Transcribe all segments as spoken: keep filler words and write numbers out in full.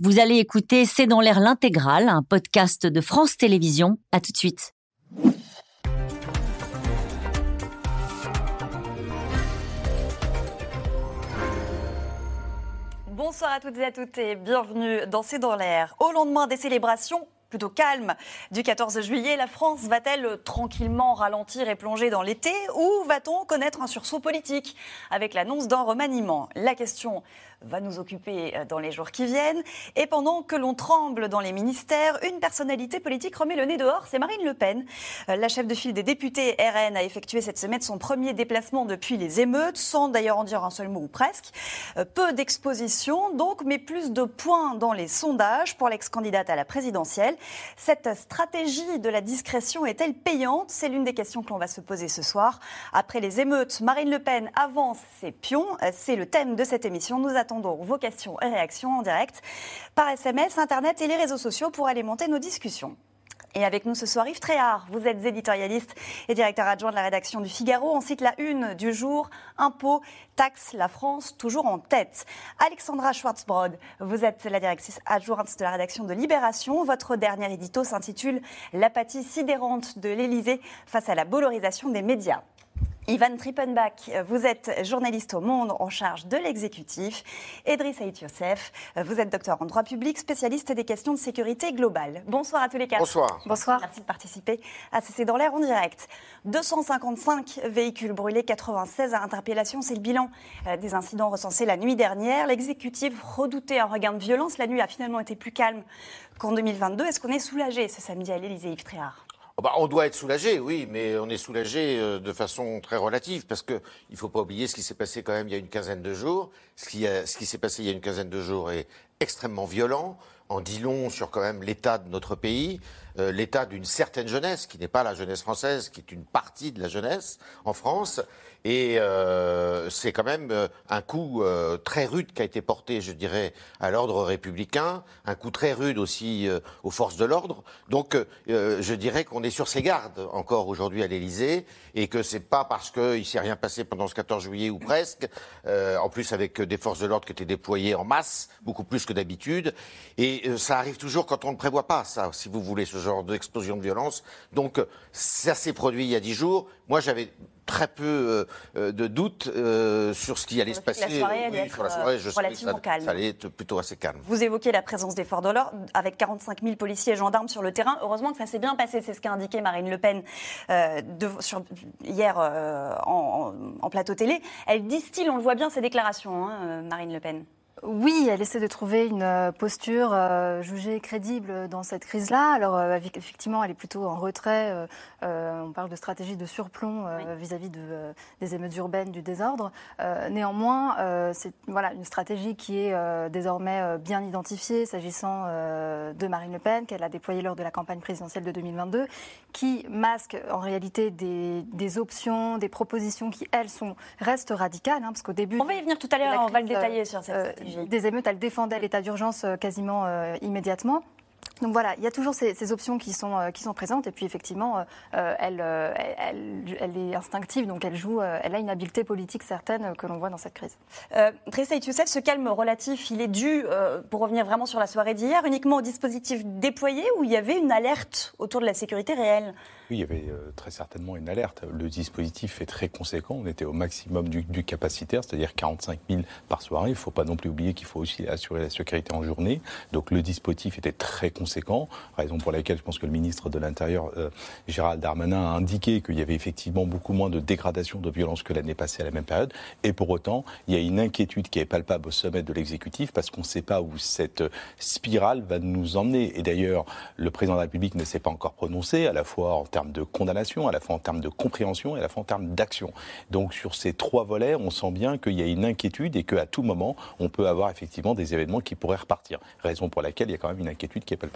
Vous allez écouter C'est dans l'air l'intégrale, un podcast de France Télévisions. À tout de suite. Bonsoir à toutes et à tous et bienvenue dans C'est dans l'air. Au lendemain des célébrations plutôt calmes du quatorze juillet, la France va-t-elle tranquillement ralentir et plonger dans l'été ou va-t-on connaître un sursaut politique avec l'annonce d'un remaniement ? La question va nous occuper dans les jours qui viennent. Et pendant que l'on tremble dans les ministères, une personnalité politique remet le nez dehors, c'est Marine Le Pen. La chef de file des députés R N a effectué cette semaine son premier déplacement depuis les émeutes, sans d'ailleurs en dire un seul mot ou presque. Peu d'exposition donc, mais plus de points dans les sondages pour l'ex-candidate à la présidentielle. Cette stratégie de la discrétion est-elle payante ? C'est l'une des questions que l'on va se poser ce soir. Après les émeutes, Marine Le Pen avance ses pions. C'est le thème de cette émission. Nous attendons vos questions et réactions en direct par S M S, Internet et les réseaux sociaux pour alimenter nos discussions. Et avec nous ce soir, Yves Tréhard, vous êtes éditorialiste et directeur adjoint de la rédaction du Figaro. On cite la une du jour, impôts, taxes, la France toujours en tête. Alexandra Schwartzbrod, vous êtes la directrice adjointe de la rédaction de Libération. Votre dernier édito s'intitule « L'apathie sidérante de l'Élysée face à la bolloramisation des médias ». Ivan Trippenbach, vous êtes journaliste au Monde en charge de l'exécutif. Et Driss Saïd Youssef, vous êtes docteur en droit public, spécialiste des questions de sécurité globale. Bonsoir à tous les quatre. Bonsoir. Bonsoir. Merci de participer à C'est dans l'air en direct. deux cent cinquante-cinq véhicules brûlés, quatre-vingt-seize interpellations. C'est le bilan des incidents recensés la nuit dernière. L'exécutif redoutait un regain de violence. La nuit a finalement été plus calme qu'en deux mille vingt-deux. Est-ce qu'on est soulagé ce samedi à l'Élysée, Yves Tréhard ? Oh bah, on doit être soulagé, oui, mais on est soulagé euh, de façon très relative, parce qu'il ne faut pas oublier ce qui s'est passé quand même il y a une quinzaine de jours. Ce qui, a, ce qui s'est passé il y a une quinzaine de jours est extrêmement violent, en dit long sur quand même l'état de notre pays, euh, l'état d'une certaine jeunesse, qui n'est pas la jeunesse française, qui est une partie de la jeunesse en France. Et euh, c'est quand même euh, un coup euh, très rude qui a été porté, je dirais, à l'ordre républicain, un coup très rude aussi euh, aux forces de l'ordre. Donc, euh, je dirais qu'on est sur ses gardes encore aujourd'hui à l'Élysée, et que c'est pas parce qu'il ne s'est rien passé pendant ce quatorze juillet ou presque, euh, en plus avec des forces de l'ordre qui étaient déployées en masse, beaucoup plus que d'habitude. Et euh, ça arrive toujours quand on ne prévoit pas ça, si vous voulez, ce genre d'explosion de violence. Donc, ça s'est produit il y a dix jours. Moi, j'avais très peu euh, de doutes euh, sur ce qui allait se passer. La soirée allait oui, être sur la soirée, je relativement sais que ça, calme. Ça allait être plutôt assez calme. Vous évoquez la présence des forces de l'ordre avec quarante-cinq mille policiers et gendarmes sur le terrain. Heureusement que ça s'est bien passé, c'est ce qu'a indiqué Marine Le Pen euh, de, sur, hier euh, en, en, en plateau télé. Elle distille, on le voit bien, ses déclarations, hein, Marine Le Pen. Oui, elle essaie de trouver une posture euh, jugée crédible dans cette crise-là. Alors, euh, effectivement, elle est plutôt en retrait. Euh, euh, on parle de stratégie de surplomb euh, oui. vis-à-vis de, euh, des émeutes urbaines, du désordre. Euh, néanmoins, euh, c'est voilà, une stratégie qui est euh, désormais euh, bien identifiée s'agissant euh, de Marine Le Pen, qu'elle a déployée lors de la campagne présidentielle de deux mille vingt-deux, qui masque en réalité des, des options, des propositions qui, elles, sont, restent radicales. Hein, parce qu'au début... On va y venir tout à l'heure, on va le détailler sur cette stratégie. Euh, Des émeutes, elle défendait l'état d'urgence quasiment euh, immédiatement. Donc voilà, il y a toujours ces, ces options qui sont, euh, qui sont présentes. Et puis effectivement, euh, elle, euh, elle, elle est instinctive, donc elle joue, euh, elle a une habileté politique certaine que l'on voit dans cette crise. Euh, Driss Saïd Youssef, ce calme relatif, il est dû, euh, pour revenir vraiment sur la soirée d'hier, uniquement au dispositif déployé ou il y avait une alerte autour de la sécurité réelle ? Oui, il y avait euh, très certainement une alerte. Le dispositif est très conséquent. On était au maximum du, du capacitaire, c'est-à-dire quarante-cinq mille par soirée. Il ne faut pas non plus oublier qu'il faut aussi assurer la sécurité en journée. Donc le dispositif était très conséquent, raison pour laquelle je pense que le ministre de l'Intérieur, euh, Gérald Darmanin, a indiqué qu'il y avait effectivement beaucoup moins de dégradation de violence que l'année passée à la même période. Et pour autant, il y a une inquiétude qui est palpable au sommet de l'exécutif parce qu'on ne sait pas où cette spirale va nous emmener. Et d'ailleurs, le président de la République ne s'est pas encore prononcé, à la fois en termes de condamnation, à la fois en termes de compréhension et à la fois en termes d'action. Donc sur ces trois volets, on sent bien qu'il y a une inquiétude et qu'à tout moment, on peut avoir effectivement des événements qui pourraient repartir. Raison pour laquelle il y a quand même une inquiétude qui est palpable.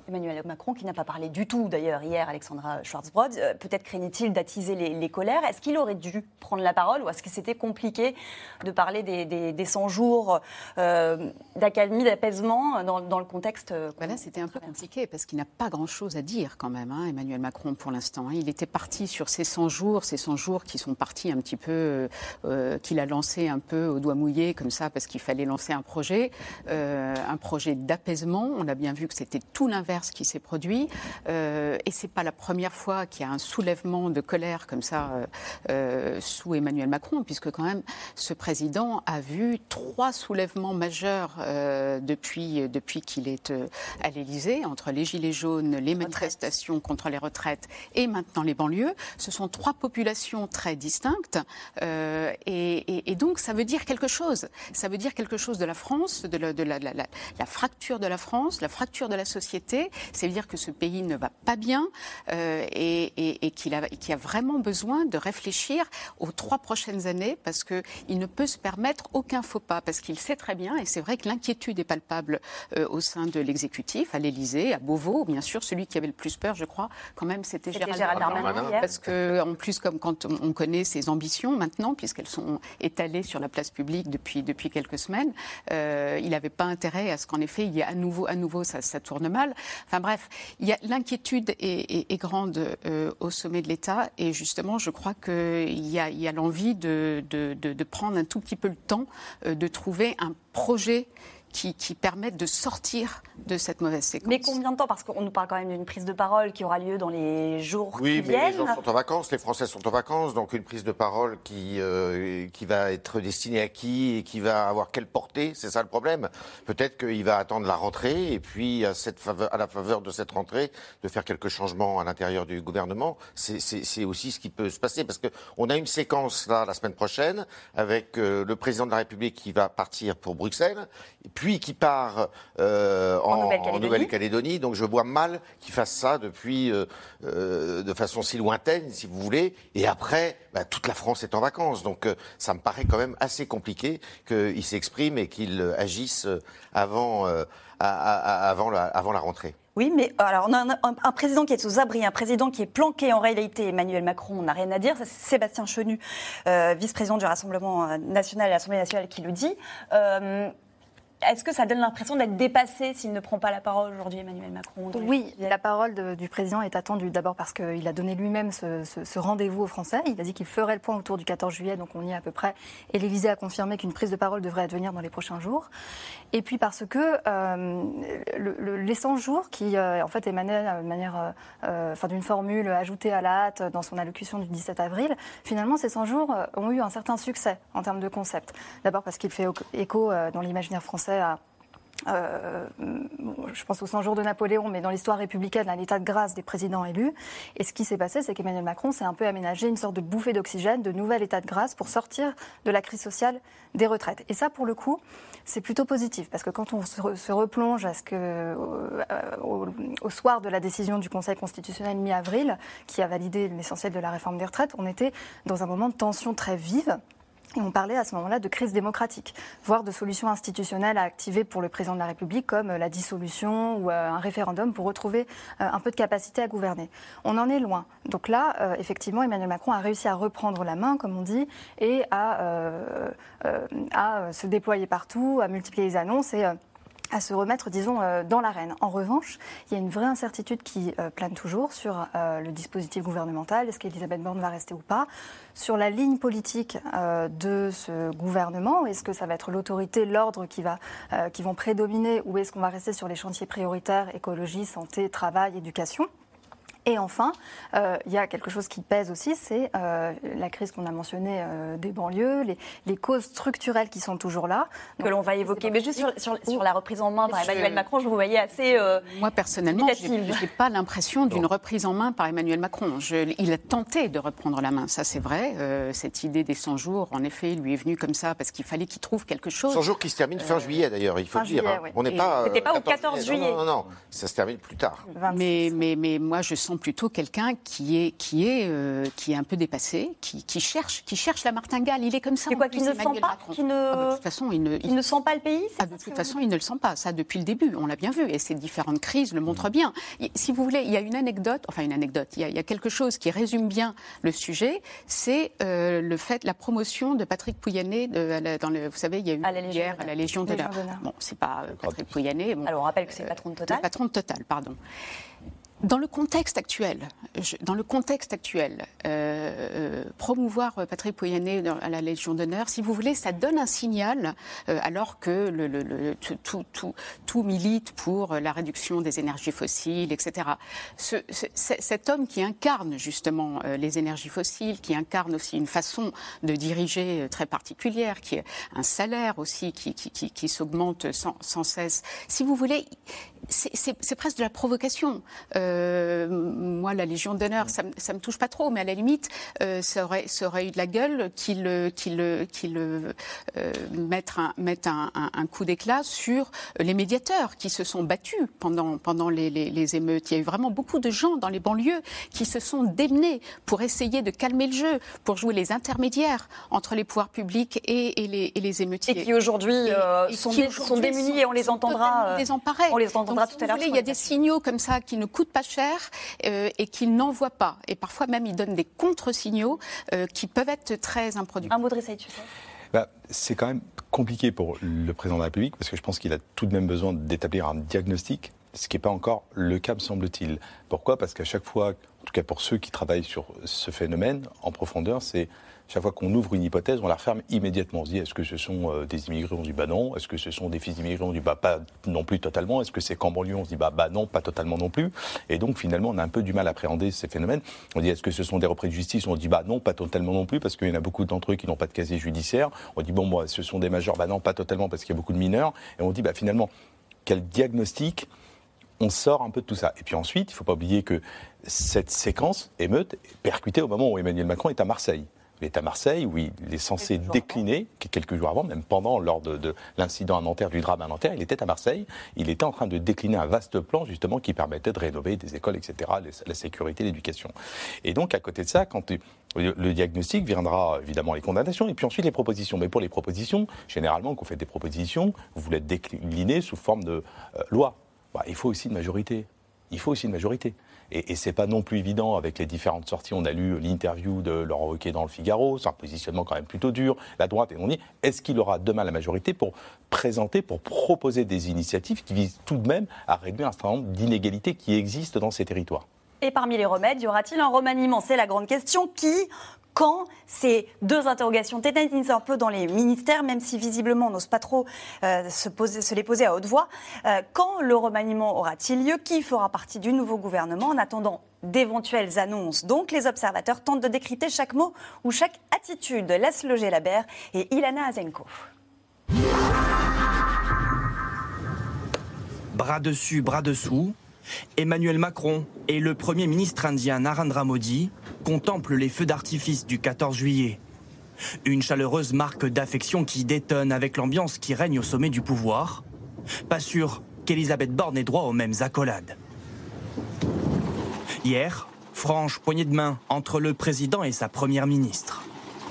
Emmanuel Macron, qui n'a pas parlé du tout d'ailleurs hier, Alexandra Schwarzbrod, euh, peut-être craignait-il d'attiser les, les colères. Est-ce qu'il aurait dû prendre la parole ou est-ce que c'était compliqué de parler des, des, des cent jours euh, d'accalmie, d'apaisement dans, dans le contexte euh, ben là, c'était un peu compliqué parce qu'il n'a pas grand-chose à dire quand même, hein, Emmanuel Macron, pour l'instant. Hein. Il était parti sur ces cent jours, ces cent jours qui sont partis un petit peu, euh, qu'il a lancé un peu au doigt mouillé comme ça parce qu'il fallait lancer un projet, euh, un projet d'apaisement. On a bien vu que c'était tout l'inverse qui s'est produit euh, et c'est pas la première fois qu'il y a un soulèvement de colère comme ça euh, euh, sous Emmanuel Macron, puisque quand même ce président a vu trois soulèvements majeurs euh, depuis, depuis qu'il est euh, à l'Élysée, entre les Gilets jaunes, les manifestations contre les retraites et maintenant les banlieues. Ce sont trois populations très distinctes euh, et, et, et donc ça veut dire quelque chose. Ça veut dire quelque chose de la France, de la, de la, la, la, la fracture de la France, la fracture de la société. Ça veut dire que ce pays ne va pas bien euh, et, et, et qu'il a, qu'il a vraiment besoin de réfléchir aux trois prochaines années parce qu'il ne peut se permettre aucun faux pas, parce qu'il sait très bien, et c'est vrai que l'inquiétude est palpable euh, au sein de l'exécutif, à l'Élysée, à Beauvau, bien sûr, celui qui avait le plus peur, je crois, quand même, c'était, c'était Gérald, Gérald Darmanin, Darmanin parce que, en plus, comme quand on connaît ses ambitions maintenant, puisqu'elles sont étalées sur la place publique depuis, depuis quelques semaines, euh, il n'avait pas intérêt à ce qu'en effet, il y ait à nouveau, à nouveau ça, ça tourne mal. Enfin bref, il y a, l'inquiétude est, est, est grande euh, au sommet de l'État, et justement, je crois qu'il y a, il y a l'envie de, de, de, de prendre un tout petit peu le temps euh, de trouver un projet Qui, qui permettent de sortir de cette mauvaise séquence. Mais combien de temps? Parce qu'on nous parle quand même d'une prise de parole qui aura lieu dans les jours oui, qui viennent. Oui, mais les gens sont en vacances, les Français sont en vacances, donc une prise de parole qui, euh, qui va être destinée à qui et qui va avoir quelle portée, c'est ça le problème. Peut-être qu'il va attendre la rentrée et puis à, cette faveur, à la faveur de cette rentrée, de faire quelques changements à l'intérieur du gouvernement. C'est, c'est, c'est aussi ce qui peut se passer, parce qu'on a une séquence là la semaine prochaine avec euh, le président de la République qui va partir pour Bruxelles, et puis qui part euh, en, en, Nouvelle-Calédonie. en Nouvelle-Calédonie. Donc je vois mal qu'il fasse ça depuis euh, euh, de façon si lointaine, si vous voulez. Et après, bah, toute la France est en vacances. Donc euh, ça me paraît quand même assez compliqué qu'il s'exprime et qu'il agisse avant, euh, à, à, avant, la, avant la rentrée. Oui, mais alors on a un, un, un président qui est aux abris, un président qui est planqué. En réalité, Emmanuel Macron, on n'a rien à dire. C'est Sébastien Chenu, euh, vice-président du Rassemblement national et l'Assemblée nationale, qui le dit. Euh, Est-ce que ça donne l'impression d'être dépassé s'il ne prend pas la parole aujourd'hui, Emmanuel Macron? Oui, la parole de, du président est attendue. D'abord parce qu'il a donné lui-même ce, ce, ce rendez-vous aux Français. Il a dit qu'il ferait le point autour du quatorze juillet, donc on y est à peu près. Et l'Élysée a confirmé qu'une prise de parole devrait advenir dans les prochains jours. Et puis parce que euh, le, le, les cent jours qui, euh, en fait, émanaient de manière, euh, enfin, d'une formule ajoutée à la hâte dans son allocution du dix-sept avril, finalement, ces cent jours ont eu un certain succès en termes de concept. D'abord parce qu'il fait écho euh, dans l'imaginaire français à, euh, je pense aux cent jours de Napoléon, mais dans l'histoire républicaine, à l'état de grâce des présidents élus. Et ce qui s'est passé, c'est qu'Emmanuel Macron s'est un peu aménagé une sorte de bouffée d'oxygène, de nouvel état de grâce pour sortir de la crise sociale des retraites. Et ça, pour le coup, c'est plutôt positif, parce que quand on se, re, se replonge à ce que, euh, au, au soir de la décision du Conseil constitutionnel mi-avril, qui a validé l'essentiel de la réforme des retraites, on était dans un moment de tension très vive. Et on parlait à ce moment-là de crise démocratique, voire de solutions institutionnelles à activer pour le président de la République, comme la dissolution ou un référendum pour retrouver un peu de capacité à gouverner. On en est loin. Donc là, effectivement, Emmanuel Macron a réussi à reprendre la main, comme on dit, et à, euh, euh, à se déployer partout, à multiplier les annonces et... Euh, à se remettre, disons, euh, dans l'arène. En revanche, il y a une vraie incertitude qui euh, plane toujours sur euh, le dispositif gouvernemental. Est-ce qu'Elisabeth Borne va rester ou pas? Sur la ligne politique euh, de ce gouvernement, est-ce que ça va être l'autorité, l'ordre qui, va, euh, qui vont prédominer, ou est-ce qu'on va rester sur les chantiers prioritaires, écologie, santé, travail, éducation? Et enfin, euh, il y a quelque chose qui pèse aussi, c'est euh, la crise qu'on a mentionnée euh, des banlieues, les, les causes structurelles qui sont toujours là. Que l'on va évoquer. Mais juste sur, sur, sur la reprise en main par Emmanuel Macron, je vous voyais assez euh, Moi, personnellement, je n'ai pas l'impression d'une reprise en main par Emmanuel Macron. Je, il a tenté de reprendre la main, ça c'est vrai. Euh, cette idée des cent jours, en effet, lui est venue comme ça parce qu'il fallait qu'il trouve quelque chose. cent jours qui se terminent fin euh, juillet d'ailleurs, il faut le dire. Hein. Oui. On n'est pas. C'était pas au quatorze juillet. Non, non, non, ça se termine plus tard. Mais, mais, mais moi, je sens sent plutôt quelqu'un qui est, qui, est, euh, qui est un peu dépassé, qui, qui, cherche, qui cherche la martingale. Il est comme ça. Et quoi, qui ne sent pas, qui ne... Ah bah, de toute façon, il ne, il ne sent pas le pays. Ah, de toute façon, il ne le sent pas. Ça, depuis le début, on l'a bien vu. Et ces différentes crises le montrent bien. Et, si vous voulez, il y a une anecdote, enfin une anecdote, il y a, il y a quelque chose qui résume bien le sujet, c'est euh, le fait, la promotion de Patrick Pouyanné, de, dans le, vous savez, il y a eu hier à la Légion d'honneur. Bon, c'est pas euh, Patrick Pouyanné. Bon, alors, on rappelle que c'est le patron de Total. Le patron de Total, pardon. Dans le contexte actuel, je, dans le contexte actuel, euh, euh, promouvoir Patrick Pouyanné à la Légion d'honneur, si vous voulez, ça donne un signal, euh, alors que le, le, le, tout, tout, tout milite pour la réduction des énergies fossiles, et cetera. Ce, ce, cet homme qui incarne justement euh, les énergies fossiles, qui incarne aussi une façon de diriger euh, très particulière, qui est un salaire aussi qui, qui, qui, qui s'augmente sans, sans cesse. Si vous voulez, c'est presque de la provocation. Euh, moi, la Légion d'honneur, ça ne me touche pas trop, mais à la limite, euh, ça, aurait, ça aurait eu de la gueule qu'il qu'il, qu'il, euh, mette, un, mette un, un, un coup d'éclat sur les médiateurs qui se sont battus pendant, pendant les, les, les émeutes. Il y a eu vraiment beaucoup de gens dans les banlieues qui se sont démenés pour essayer de calmer le jeu, pour jouer les intermédiaires entre les pouvoirs publics et, et, les, et les émeutiers. Et qui aujourd'hui euh, sont, dé, sont démunis et on les entendra. Euh, désemparés. On les entendra Donc, tout à l'heure. Il y a des signaux comme ça qui ne coûtent pas cher euh, et qui n'envoient pas. Et parfois même, ils donnent des contre-signaux euh, qui peuvent être très improductifs. Un mot de Ressaï, tu sais. Bah, c'est quand même compliqué pour le président de la République parce que je pense qu'il a tout de même besoin d'établir un diagnostic, ce qui n'est pas encore le cas, me semble-t-il. Pourquoi ? Parce qu'à chaque fois, en tout cas pour ceux qui travaillent sur ce phénomène en profondeur, c'est chaque fois qu'on ouvre une hypothèse, on la referme immédiatement. On se dit, est-ce que ce sont euh, des immigrés ? On se dit, bah non. Est-ce que ce sont des fils d'immigrés ? On se dit, bah pas non plus totalement. Est-ce que c'est qu'en banlieue ? On se dit, bah, bah non, pas totalement non plus. Et donc, finalement, on a un peu du mal à appréhender ces phénomènes. On dit, est-ce que ce sont des repris de justice ? On dit, bah non, pas totalement non plus, parce qu'il y en a beaucoup d'entre eux qui n'ont pas de casier judiciaire. On dit, bon, moi, ce sont des majeurs ? Bah non, pas totalement, parce qu'il y a beaucoup de mineurs. Et on dit, bah finalement, quel diagnostic ? On sort un peu de tout ça. Et puis ensuite, il ne faut pas oublier que cette séquence émeute est percutée au moment où Emmanuel Macron est à Marseille. Il est à Marseille, où il est censé décliner, quelques jours avant, même pendant, lors de, de l'incident à Nanterre, du drame à Nanterre, il était à Marseille, il était en train de décliner un vaste plan, justement, qui permettait de rénover des écoles, et cetera, la sécurité, l'éducation. Et donc, à côté de ça, quand le diagnostic viendra, évidemment, les condamnations, et puis ensuite les propositions. Mais pour les propositions, généralement, quand on fait des propositions, vous voulez décliner sous forme de euh, loi. Bah, il faut aussi une majorité. Il faut aussi une majorité. Et, et ce n'est pas non plus évident avec les différentes sorties. On a lu l'interview de Laurent Wauquiez dans Le Figaro, c'est un positionnement quand même plutôt dur. La droite, et on dit, est-ce qu'il aura demain la majorité pour présenter, pour proposer des initiatives qui visent tout de même à réduire un certain nombre d'inégalités qui existent dans ces territoires ? Et parmi les remèdes, y aura-t-il un remaniement ? C'est la grande question. Qui ? Quand ? Ces deux interrogations tétanisent un peu dans les ministères, même si visiblement on n'ose pas trop euh, se, poser, se les poser à haute voix. Euh, quand le remaniement aura-t-il lieu ? Qui fera partie du nouveau gouvernement ? En attendant d'éventuelles annonces, donc les observateurs tentent de décrypter chaque mot ou chaque attitude. Laisse loger la Berre et Ilana Azenko. Bras dessus, bras dessous, Emmanuel Macron et le Premier ministre indien Narendra Modi contemplent les feux d'artifice du quatorze juillet. Une chaleureuse marque d'affection qui détonne avec l'ambiance qui règne au sommet du pouvoir. Pas sûr qu'Elisabeth Borne ait droit aux mêmes accolades. Hier, franche poignée de main entre le président et sa première ministre.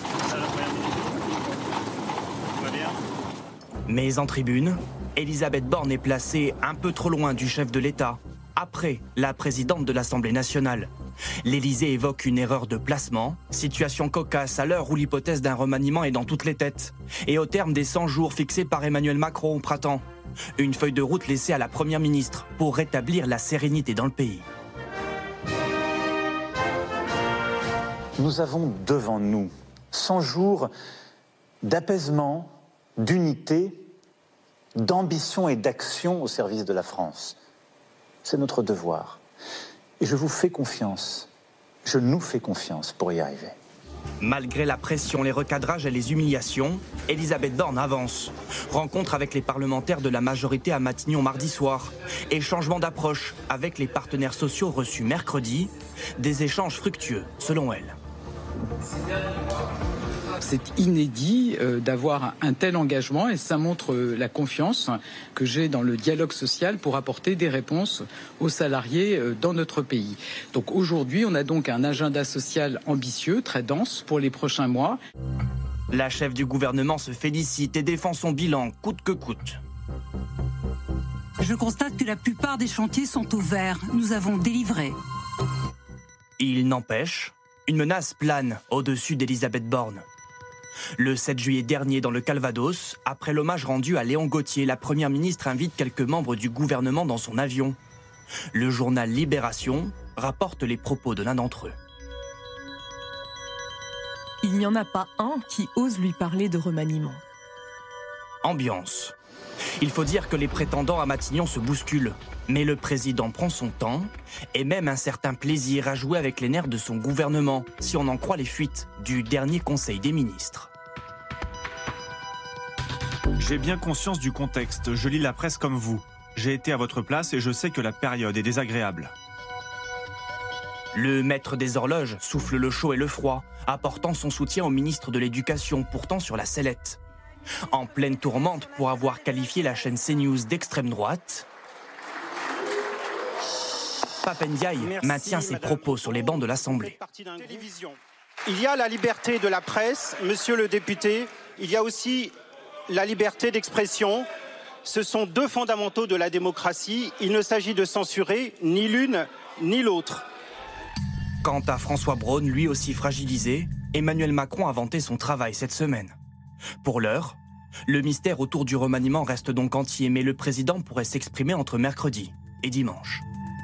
Mais en tribune, Elisabeth Borne est placée un peu trop loin du chef de l'État, après la présidente de l'Assemblée nationale. L'Élysée évoque une erreur de placement, situation cocasse à l'heure où l'hypothèse d'un remaniement est dans toutes les têtes. Et au terme des cent jours fixés par Emmanuel Macron au printemps, une feuille de route laissée à la Première ministre pour rétablir la sérénité dans le pays. Nous avons devant nous cent jours d'apaisement, d'unité, d'ambition et d'action au service de la France. C'est notre devoir. Et je vous fais confiance. Je nous fais confiance pour y arriver. Malgré la pression, les recadrages et les humiliations, Elisabeth Borne avance. Rencontre avec les parlementaires de la majorité à Matignon mardi soir. Et changement d'approche avec les partenaires sociaux reçus mercredi. Des échanges fructueux, selon elle. C'est inédit euh, d'avoir un tel engagement et ça montre euh, la confiance que j'ai dans le dialogue social pour apporter des réponses aux salariés euh, dans notre pays. Donc aujourd'hui, on a donc un agenda social ambitieux, très dense pour les prochains mois. La chef du gouvernement se félicite et défend son bilan coûte que coûte. Je constate que la plupart des chantiers sont au vert. Nous avons délivré. Il n'empêche, une menace plane au-dessus d'Elisabeth Borne. Le sept juillet dernier, dans le Calvados, après l'hommage rendu à Léon Gauthier, la première ministre invite quelques membres du gouvernement dans son avion. Le journal Libération rapporte les propos de l'un d'entre eux. Il n'y en a pas un qui ose lui parler de remaniement. Ambiance. Il faut dire que les prétendants à Matignon se bousculent. Mais le président prend son temps et même un certain plaisir à jouer avec les nerfs de son gouvernement, si on en croit les fuites du dernier Conseil des ministres. J'ai bien conscience du contexte, je lis la presse comme vous. J'ai été à votre place et je sais que la période est désagréable. Le maître des horloges souffle le chaud et le froid, apportant son soutien au ministre de l'Éducation, pourtant sur la sellette. En pleine tourmente pour avoir qualifié la chaîne CNews d'extrême droite, Pape Ndiaye Merci, maintient ses Madame propos sur les bancs de l'Assemblée. Il y a la liberté de la presse, monsieur le député, il y a aussi la liberté d'expression. Ce sont deux fondamentaux de la démocratie. Il ne s'agit de censurer ni l'une ni l'autre. Quant à François Braun, lui aussi fragilisé, Emmanuel Macron a vanté son travail cette semaine. Pour l'heure, le mystère autour du remaniement reste donc entier, mais le président pourrait s'exprimer entre mercredi et dimanche.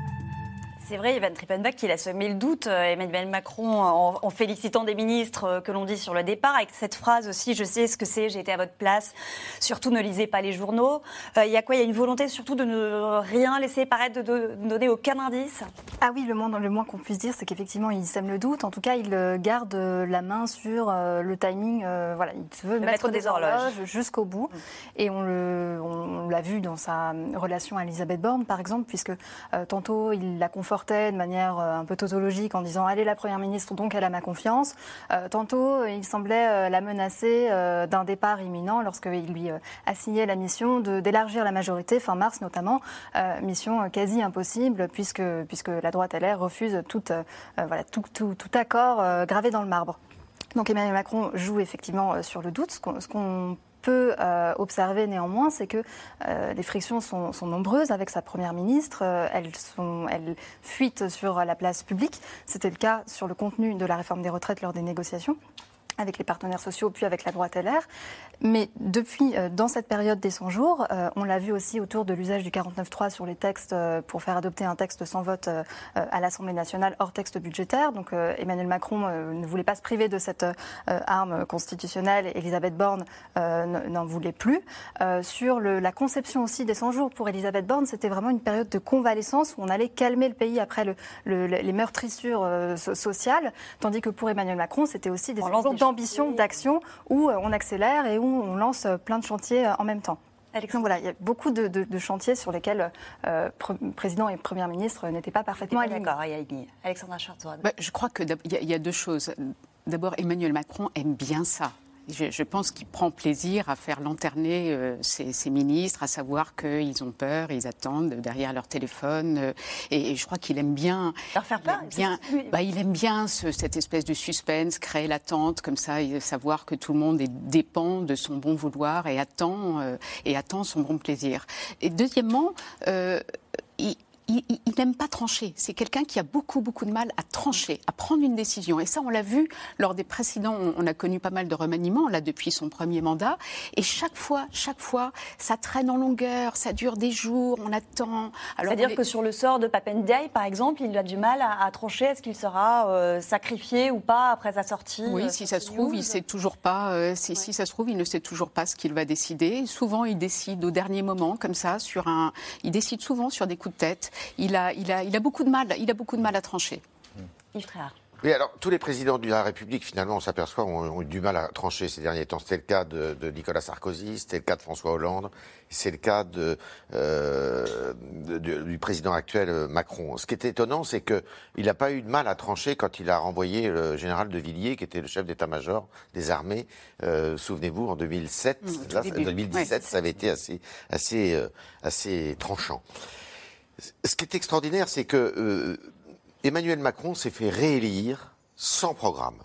C'est vrai, Ivan Trippenbach, qu'il a semé le doute, Emmanuel Macron, en, en félicitant des ministres que l'on dit sur le départ, avec cette phrase aussi, je sais ce que c'est, j'ai été à votre place, surtout ne lisez pas les journaux. Il euh, y a quoi ? Il y a une volonté surtout de ne rien laisser paraître, de ne donner aucun indice ? Ah oui, le moins, le moins qu'on puisse dire, c'est qu'effectivement, il sème le doute. En tout cas, il garde la main sur euh, le timing. Euh, voilà, il veut le mettre des, des horloges, horloges jusqu'au bout. Mmh. Et on, le, on, on l'a vu dans sa relation à Elisabeth Borne, par exemple, puisque euh, tantôt, il la confortait de manière un peu tautologique en disant « Elle est la Première ministre, donc elle a ma confiance euh, ». Tantôt, il semblait euh, la menacer euh, d'un départ imminent lorsqu'il lui euh, assignait la mission de, d'élargir la majorité, fin mars notamment, euh, mission quasi impossible puisque, puisque la droite L R refuse tout, euh, voilà, tout, tout, tout accord euh, gravé dans le marbre. Donc Emmanuel Macron joue effectivement sur le doute, ce qu'on, ce qu'on peut euh, observer néanmoins, c'est que euh, les frictions sont, sont nombreuses avec sa première ministre. Euh, elles, sont, elles fuitent sur la place publique. C'était le cas sur le contenu de la réforme des retraites lors des négociations avec les partenaires sociaux, puis avec la droite L R. Mais depuis, euh, dans cette période des cent jours, euh, on l'a vu aussi autour de l'usage du quarante-neuf trois sur les textes euh, pour faire adopter un texte sans vote euh, à l'Assemblée nationale hors texte budgétaire. Donc euh, Emmanuel Macron euh, ne voulait pas se priver de cette euh, arme constitutionnelle. Elisabeth Borne euh, n'en voulait plus. Euh, sur le, la conception aussi des cent jours, pour Elisabeth Borne, c'était vraiment une période de convalescence où on allait calmer le pays après le, le, les meurtrissures euh, sociales, tandis que pour Emmanuel Macron, c'était aussi des jours d'ambition, d'action, où on accélère et où on lance plein de chantiers en même temps. Donc voilà, il y a beaucoup de, de, de chantiers sur lesquels euh, le président et Première ministre n'étaient pas parfaitement alignés. D'accord, Alexandra Schartz. Bah, je crois qu'il y, y a deux choses. D'abord, Emmanuel Macron aime bien ça. Je, je pense qu'il prend plaisir à faire lanterner euh, ses, ses ministres, à savoir qu'ils ont peur, ils attendent derrière leur téléphone. Euh, et, et je crois qu'il aime bien. Leur faire peur. Il aime bien, bah, il aime bien ce, cette espèce de suspense, créer l'attente comme ça, et savoir que tout le monde est, dépend de son bon vouloir et attend euh, et attend son bon plaisir. Et deuxièmement, euh, il Il, il, il n'aime pas trancher. C'est quelqu'un qui a beaucoup, beaucoup de mal à trancher, à prendre une décision. Et ça, on l'a vu lors des précédents. On a connu pas mal de remaniements, là, depuis son premier mandat. Et chaque fois, chaque fois, ça traîne en longueur, ça dure des jours, on attend. Alors, c'est-à-dire est... que sur le sort de Pape Ndiaye, par exemple, il a du mal à, à trancher. Est-ce qu'il sera euh, sacrifié ou pas après sa sortie? Oui, euh, si ça se trouve, il ne sait toujours pas. Euh, si, ouais. si ça se trouve, il ne sait toujours pas ce qu'il va décider. Souvent, il décide au dernier moment, comme ça, sur un. Il décide souvent sur des coups de tête. Il a, il a, il a beaucoup de mal. Il a beaucoup de mal à trancher. Yves Tréhard. Oui, alors, tous les présidents de la République, finalement, on s'aperçoit, ont, ont eu du mal à trancher ces derniers temps. C'était le cas de, de Nicolas Sarkozy, c'était le cas de François Hollande, c'est le cas de, euh, de, de, du président actuel, Macron. Ce qui est étonnant, c'est qu'il n'a pas eu de mal à trancher quand il a renvoyé le général de Villiers, qui était le chef d'état-major des armées, euh, souvenez-vous, en deux mille sept, mmh, là, deux mille dix-sept, ouais. Ça avait été assez, assez, euh, assez tranchant. Ce qui est extraordinaire, c'est que euh, Emmanuel Macron s'est fait réélire sans programme.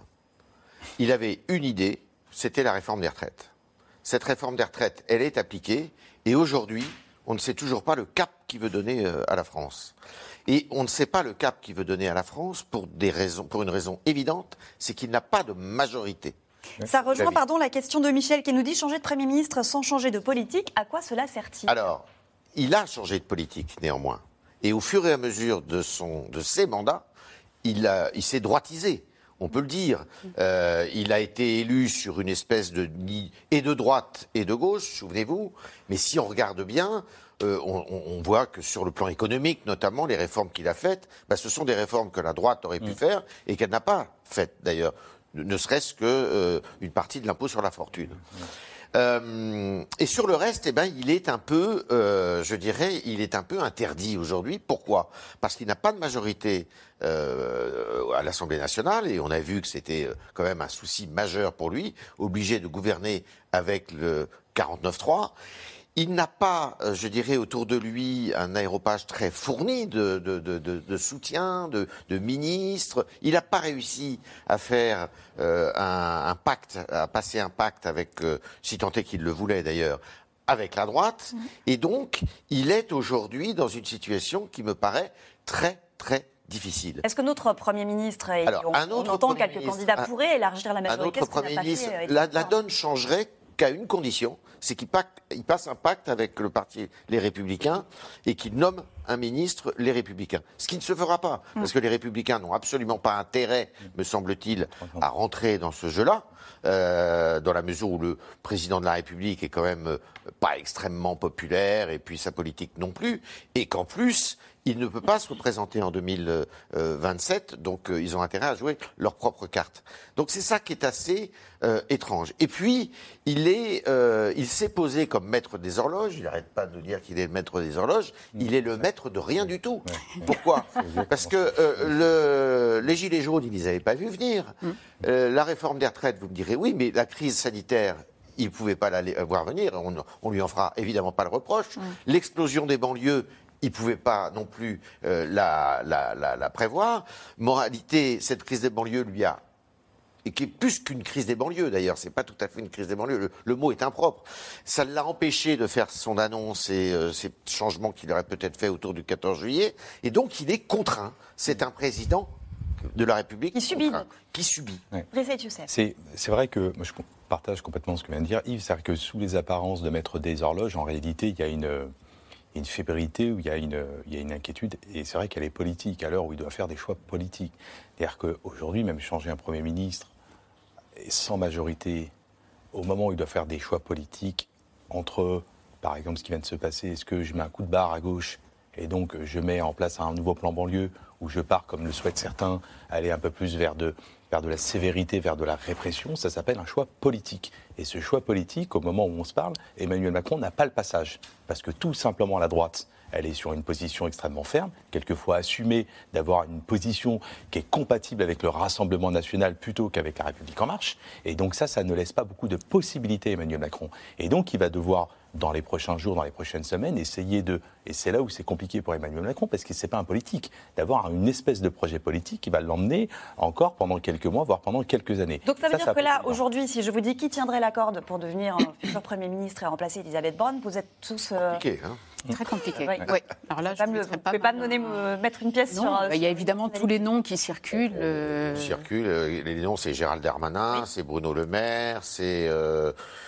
Il avait une idée, c'était la réforme des retraites. Cette réforme des retraites, elle est appliquée, et aujourd'hui, on ne sait toujours pas le cap qu'il veut donner euh, à la France. Et on ne sait pas le cap qu'il veut donner à la France pour des raisons, pour une raison évidente, c'est qu'il n'a pas de majorité. Ça rejoint, pardon, la question de Michel qui nous dit changer de Premier ministre sans changer de politique. À quoi cela sert-il ? Alors, il a changé de politique néanmoins. Et au fur et à mesure de, son, de ses mandats, il, a, il s'est droitisé, on peut le dire. Euh, il a été élu sur une espèce de nid et de droite et de gauche, souvenez-vous. Mais si on regarde bien, euh, on, on voit que sur le plan économique, notamment, les réformes qu'il a faites, bah, ce sont des réformes que la droite aurait pu mmh. faire et qu'elle n'a pas faites d'ailleurs, ne serait-ce qu'une euh, partie de l'impôt sur la fortune. Mmh. Euh, et sur le reste, eh ben, il est un peu, euh, je dirais, il est un peu interdit aujourd'hui. Pourquoi ? Parce qu'il n'a pas de majorité euh, à l'Assemblée nationale, et on a vu que c'était quand même un souci majeur pour lui, obligé de gouverner avec le quarante-neuf trois. Il n'a pas, je dirais, autour de lui un aéropage très fourni de, de, de, de, de soutien, de, de ministres. Il n'a pas réussi à faire euh, un, un pacte, à passer un pacte avec, euh, si tant est qu'il le voulait d'ailleurs, avec la droite. Mmh. Et donc, il est aujourd'hui dans une situation qui me paraît très, très difficile. Est-ce que notre Premier ministre, et Alors, on, un autre on entend quelques ministre, candidats, un, pourraient élargir la majorité ? Un autre Premier ministre, fait, la, la donne changerait qu'à une condition, c'est qu'il il passe un pacte avec le parti Les Républicains et qu'il nomme un ministre Les Républicains. Ce qui ne se fera pas, mmh. parce que les Républicains n'ont absolument pas intérêt, me semble-t-il, à rentrer dans ce jeu-là, euh, dans la mesure où le président de la République est quand même euh, pas extrêmement populaire, et puis sa politique non plus, et qu'en plus, il ne peut pas se représenter en deux mille vingt-sept, donc euh, ils ont intérêt à jouer leur propre carte. Donc c'est ça qui est assez euh, étrange. Et puis, il est, euh, il s'est posé comme maître des horloges, il n'arrête pas de nous dire qu'il est le maître des horloges, il est le maître de rien du tout. Pourquoi ? Parce que euh, le, les Gilets jaunes, ils ne les avaient pas vus venir. Euh, la réforme des retraites, vous me direz, oui, mais la crise sanitaire, il ne pouvait pas la voir venir, on ne lui en fera évidemment pas le reproche. Mmh. L'explosion des banlieues, il ne pouvait pas non plus euh, la, la, la, la prévoir. Moralité, cette crise des banlieues lui a... et qui est plus qu'une crise des banlieues d'ailleurs, c'est pas tout à fait une crise des banlieues, le, le mot est impropre. Ça l'a empêché de faire son annonce et euh, ces changements qu'il aurait peut-être fait autour du quatorze juillet, et donc il est contraint. C'est un président de la République qui subit. Qui subit. Ouais. C'est, c'est vrai que moi, je partage complètement ce que vient de dire Yves, c'est-à-dire que sous les apparences de maître des horloges, en réalité, il y a une... une fébrilité, où il y a une, il y a une inquiétude, et c'est vrai qu'elle est politique, à l'heure où il doit faire des choix politiques. C'est-à-dire qu'aujourd'hui, même changer un Premier ministre sans majorité, au moment où il doit faire des choix politiques, entre, par exemple, ce qui vient de se passer, est-ce que je mets un coup de barre à gauche, et donc je mets en place un nouveau plan banlieue, où je pars, comme le souhaitent certains, aller un peu plus vers de, vers de la sévérité, vers de la répression, ça s'appelle un choix politique. Et ce choix politique, au moment où on se parle, Emmanuel Macron n'a pas le passage. Parce que tout simplement, la droite, elle est sur une position extrêmement ferme, quelquefois assumée d'avoir une position qui est compatible avec le Rassemblement national plutôt qu'avec la République en marche. Et donc ça, ça ne laisse pas beaucoup de possibilités à Emmanuel Macron. Et donc il va devoir, dans les prochains jours, dans les prochaines semaines, essayer de... Et c'est là où c'est compliqué pour Emmanuel Macron, parce que ce n'est pas un politique, d'avoir une espèce de projet politique qui va l'emmener encore pendant quelques mois, voire pendant quelques années. Donc ça veut ça, dire ça que là, aujourd'hui, si je vous dis qui tiendrait la corde pour devenir un futur Premier ministre et remplacer Elisabeth Borne, vous êtes tous... Euh... Compliqué, hein. Très compliqué. Oui. Oui. Alors là, je ne pouvez pas me donner, me mettre une pièce non, sur... Bah, il y a évidemment tous les noms qui circulent. Euh... Circulent. Les noms, c'est Gérald Darmanin, oui. c'est Bruno Le Maire, c'est... Euh...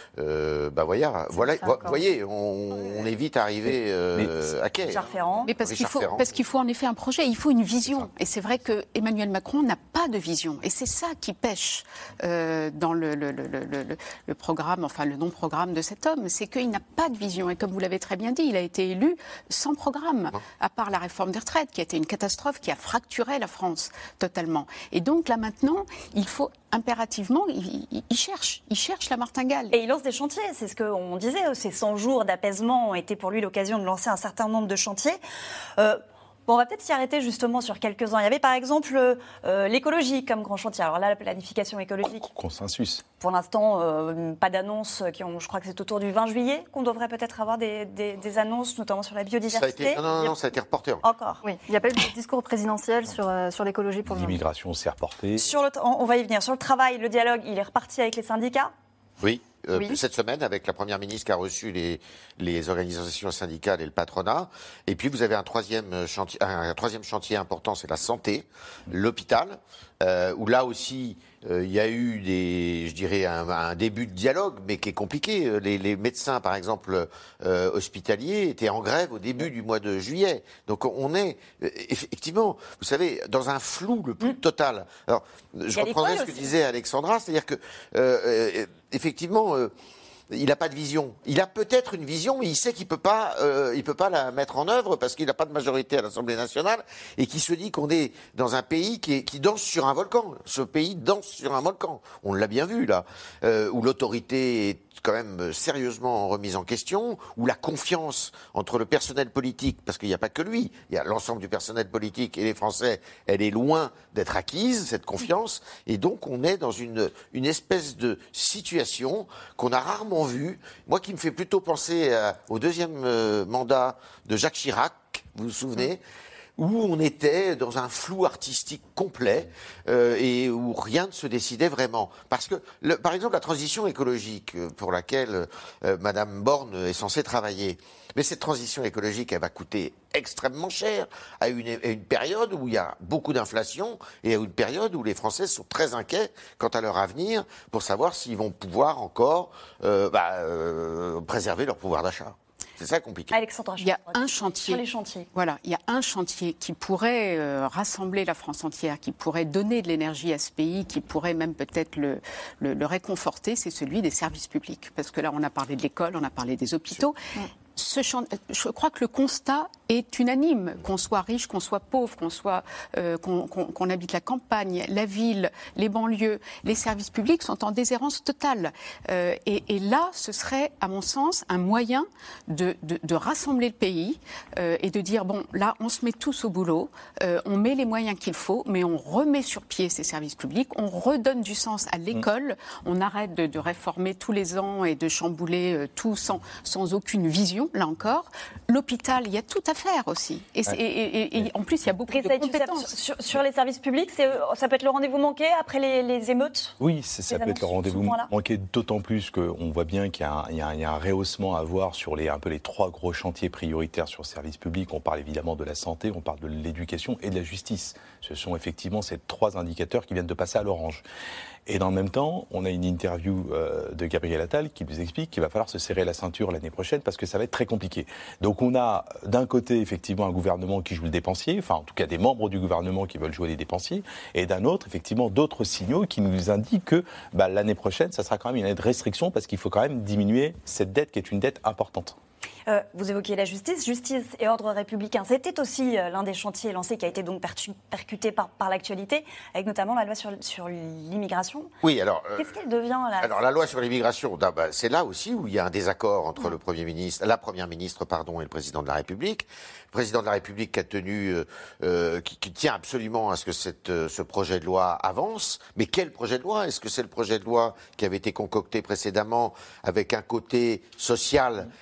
euh, bah voilà, voilà, vous voyez, on, on est vite arrivé euh, à quai. Richard Ferrand. Mais parce qu'il faut, parce qu'il faut en effet un projet, il faut une vision. Et c'est vrai que Emmanuel Macron n'a pas de vision. Et c'est ça qui pêche euh, dans le, le, le, le, le programme, enfin le non-programme de cet homme, c'est qu'il n'a pas de vision. Et comme vous l'avez très bien dit, il a été élu sans programme, non. à part la réforme des retraites, qui a été une catastrophe, qui a fracturé la France totalement. Et donc là maintenant, il faut impérativement, il, il, il cherche, il cherche la martingale. Et il lance des chantiers, c'est ce qu'on disait, ces cent jours d'apaisement ont été pour lui l'occasion de lancer un certain nombre de chantiers. Euh, Bon, on va peut-être s'y arrêter justement sur quelques-uns. Il y avait par exemple euh, l'écologie comme grand chantier. Alors là, la planification écologique. Consensus. Pour l'instant, euh, pas d'annonces. Qui ont, je crois que c'est autour du vingt juillet qu'on devrait peut-être avoir des, des, des annonces, notamment sur la biodiversité. Ça a été, non, non, non, ça a été reporté. Encore. Oui, il n'y a pas eu de discours présidentiel sur, euh, sur l'écologie pour le moment. L'immigration s'est reportée. Sur le, on, on va y venir. Sur le travail, le dialogue, il est reparti avec les syndicats. Oui. Euh, oui. Cette semaine, avec la Première ministre qui a reçu les, les organisations syndicales et le patronat. Et puis, vous avez un troisième chantier, un, un troisième chantier important, c'est la santé, l'hôpital, euh, où là aussi, euh, il y a eu des, je dirais, un, un début de dialogue, mais qui est compliqué. Les, les médecins, par exemple, euh, hospitaliers, étaient en grève au début du mois de juillet. Donc, on est, effectivement, vous savez, dans un flou le plus total. Alors, je reprendrai ce que disait Alexandra, c'est-à-dire que, euh, effectivement, euh, il n'a pas de vision. Il a peut-être une vision, mais il sait qu'il peut pas, euh, il peut pas la mettre en œuvre parce qu'il n'a pas de majorité à l'Assemblée nationale et qui se dit qu'on est dans un pays qui, est, qui danse sur un volcan. Ce pays danse sur un volcan. On l'a bien vu là, euh, où l'autorité est quand même sérieusement remise en question, où la confiance entre le personnel politique, parce qu'il n'y a pas que lui, il y a l'ensemble du personnel politique et les Français, elle est loin d'être acquise, cette confiance, et donc on est dans une, une espèce de situation qu'on a rarement vue, moi qui me fait plutôt penser à, au deuxième euh, mandat de Jacques Chirac, vous vous souvenez, où on était dans un flou artistique complet euh, et où rien ne se décidait vraiment. Parce que, le, par exemple, la transition écologique pour laquelle euh, Madame Borne est censée travailler, mais cette transition écologique, elle va coûter extrêmement cher à une, à une période où il y a beaucoup d'inflation et à une période où les Français sont très inquiets quant à leur avenir pour savoir s'ils vont pouvoir encore euh, bah, euh, préserver leur pouvoir d'achat. C'est ça compliqué. Alexandra, il y a un chantier. Sur les chantiers. Voilà, il y a un chantier qui pourrait euh, rassembler la France entière, qui pourrait donner de l'énergie à ce pays, qui pourrait même peut-être le, le, le réconforter, c'est celui des services publics. Parce que là, on a parlé de l'école, on a parlé des hôpitaux. Ce champ, je crois que le constat est unanime, qu'on soit riche, qu'on soit pauvre, qu'on soit, euh, qu'on, qu'on, qu'on habite la campagne, la ville, les banlieues, les services publics sont en déshérence totale. Euh, et, et là, ce serait, à mon sens, un moyen de, de, de rassembler le pays euh, et de dire, bon, là, on se met tous au boulot, euh, on met les moyens qu'il faut, mais on remet sur pied ces services publics, on redonne du sens à l'école, on arrête de, de réformer tous les ans et de chambouler euh, tout sans, sans aucune vision. Là encore, l'hôpital, il y a tout à faire aussi. Et, ouais. et, et, et en plus, il y a beaucoup de compétences. Sur, sur les services publics, c'est, ça peut être le rendez-vous manqué après les, les émeutes ? Oui, ça, ça peut être le rendez-vous manqué, d'autant plus qu'on voit bien qu'il y a, un, il y a un, il y a un rehaussement à voir sur les, un peu les trois gros chantiers prioritaires sur le service public. On parle évidemment de la santé, on parle de l'éducation et de la justice. Ce sont effectivement ces trois indicateurs qui viennent de passer à l'orange. Et dans le même temps, on a une interview euh, de Gabriel Attal qui nous explique qu'il va falloir se serrer la ceinture l'année prochaine parce que ça va être très compliqué. Donc on a d'un côté effectivement un gouvernement qui joue le dépensier, enfin en tout cas des membres du gouvernement qui veulent jouer les dépensiers, et d'un autre effectivement d'autres signaux qui nous indiquent que bah, l'année prochaine, ça sera quand même une année de restriction parce qu'il faut quand même diminuer cette dette qui est une dette importante. Euh, vous évoquiez la justice, justice et ordre républicain. C'était aussi euh, l'un des chantiers lancés qui a été donc percu- percuté par, par l'actualité, avec notamment la loi sur, sur l'immigration. Oui, alors. Euh, Qu'est-ce qu'elle devient là ? Alors la loi sur l'immigration, bah, c'est là aussi où il y a un désaccord entre mmh. le Premier ministre, la Première ministre, pardon, et le Président de la République. Le Président de la République qui a tenu, euh, euh, qui, qui tient absolument à ce que cette, euh, ce projet de loi avance. Mais quel projet de loi ? Est-ce que c'est le projet de loi qui avait été concocté précédemment avec un côté social qui concerne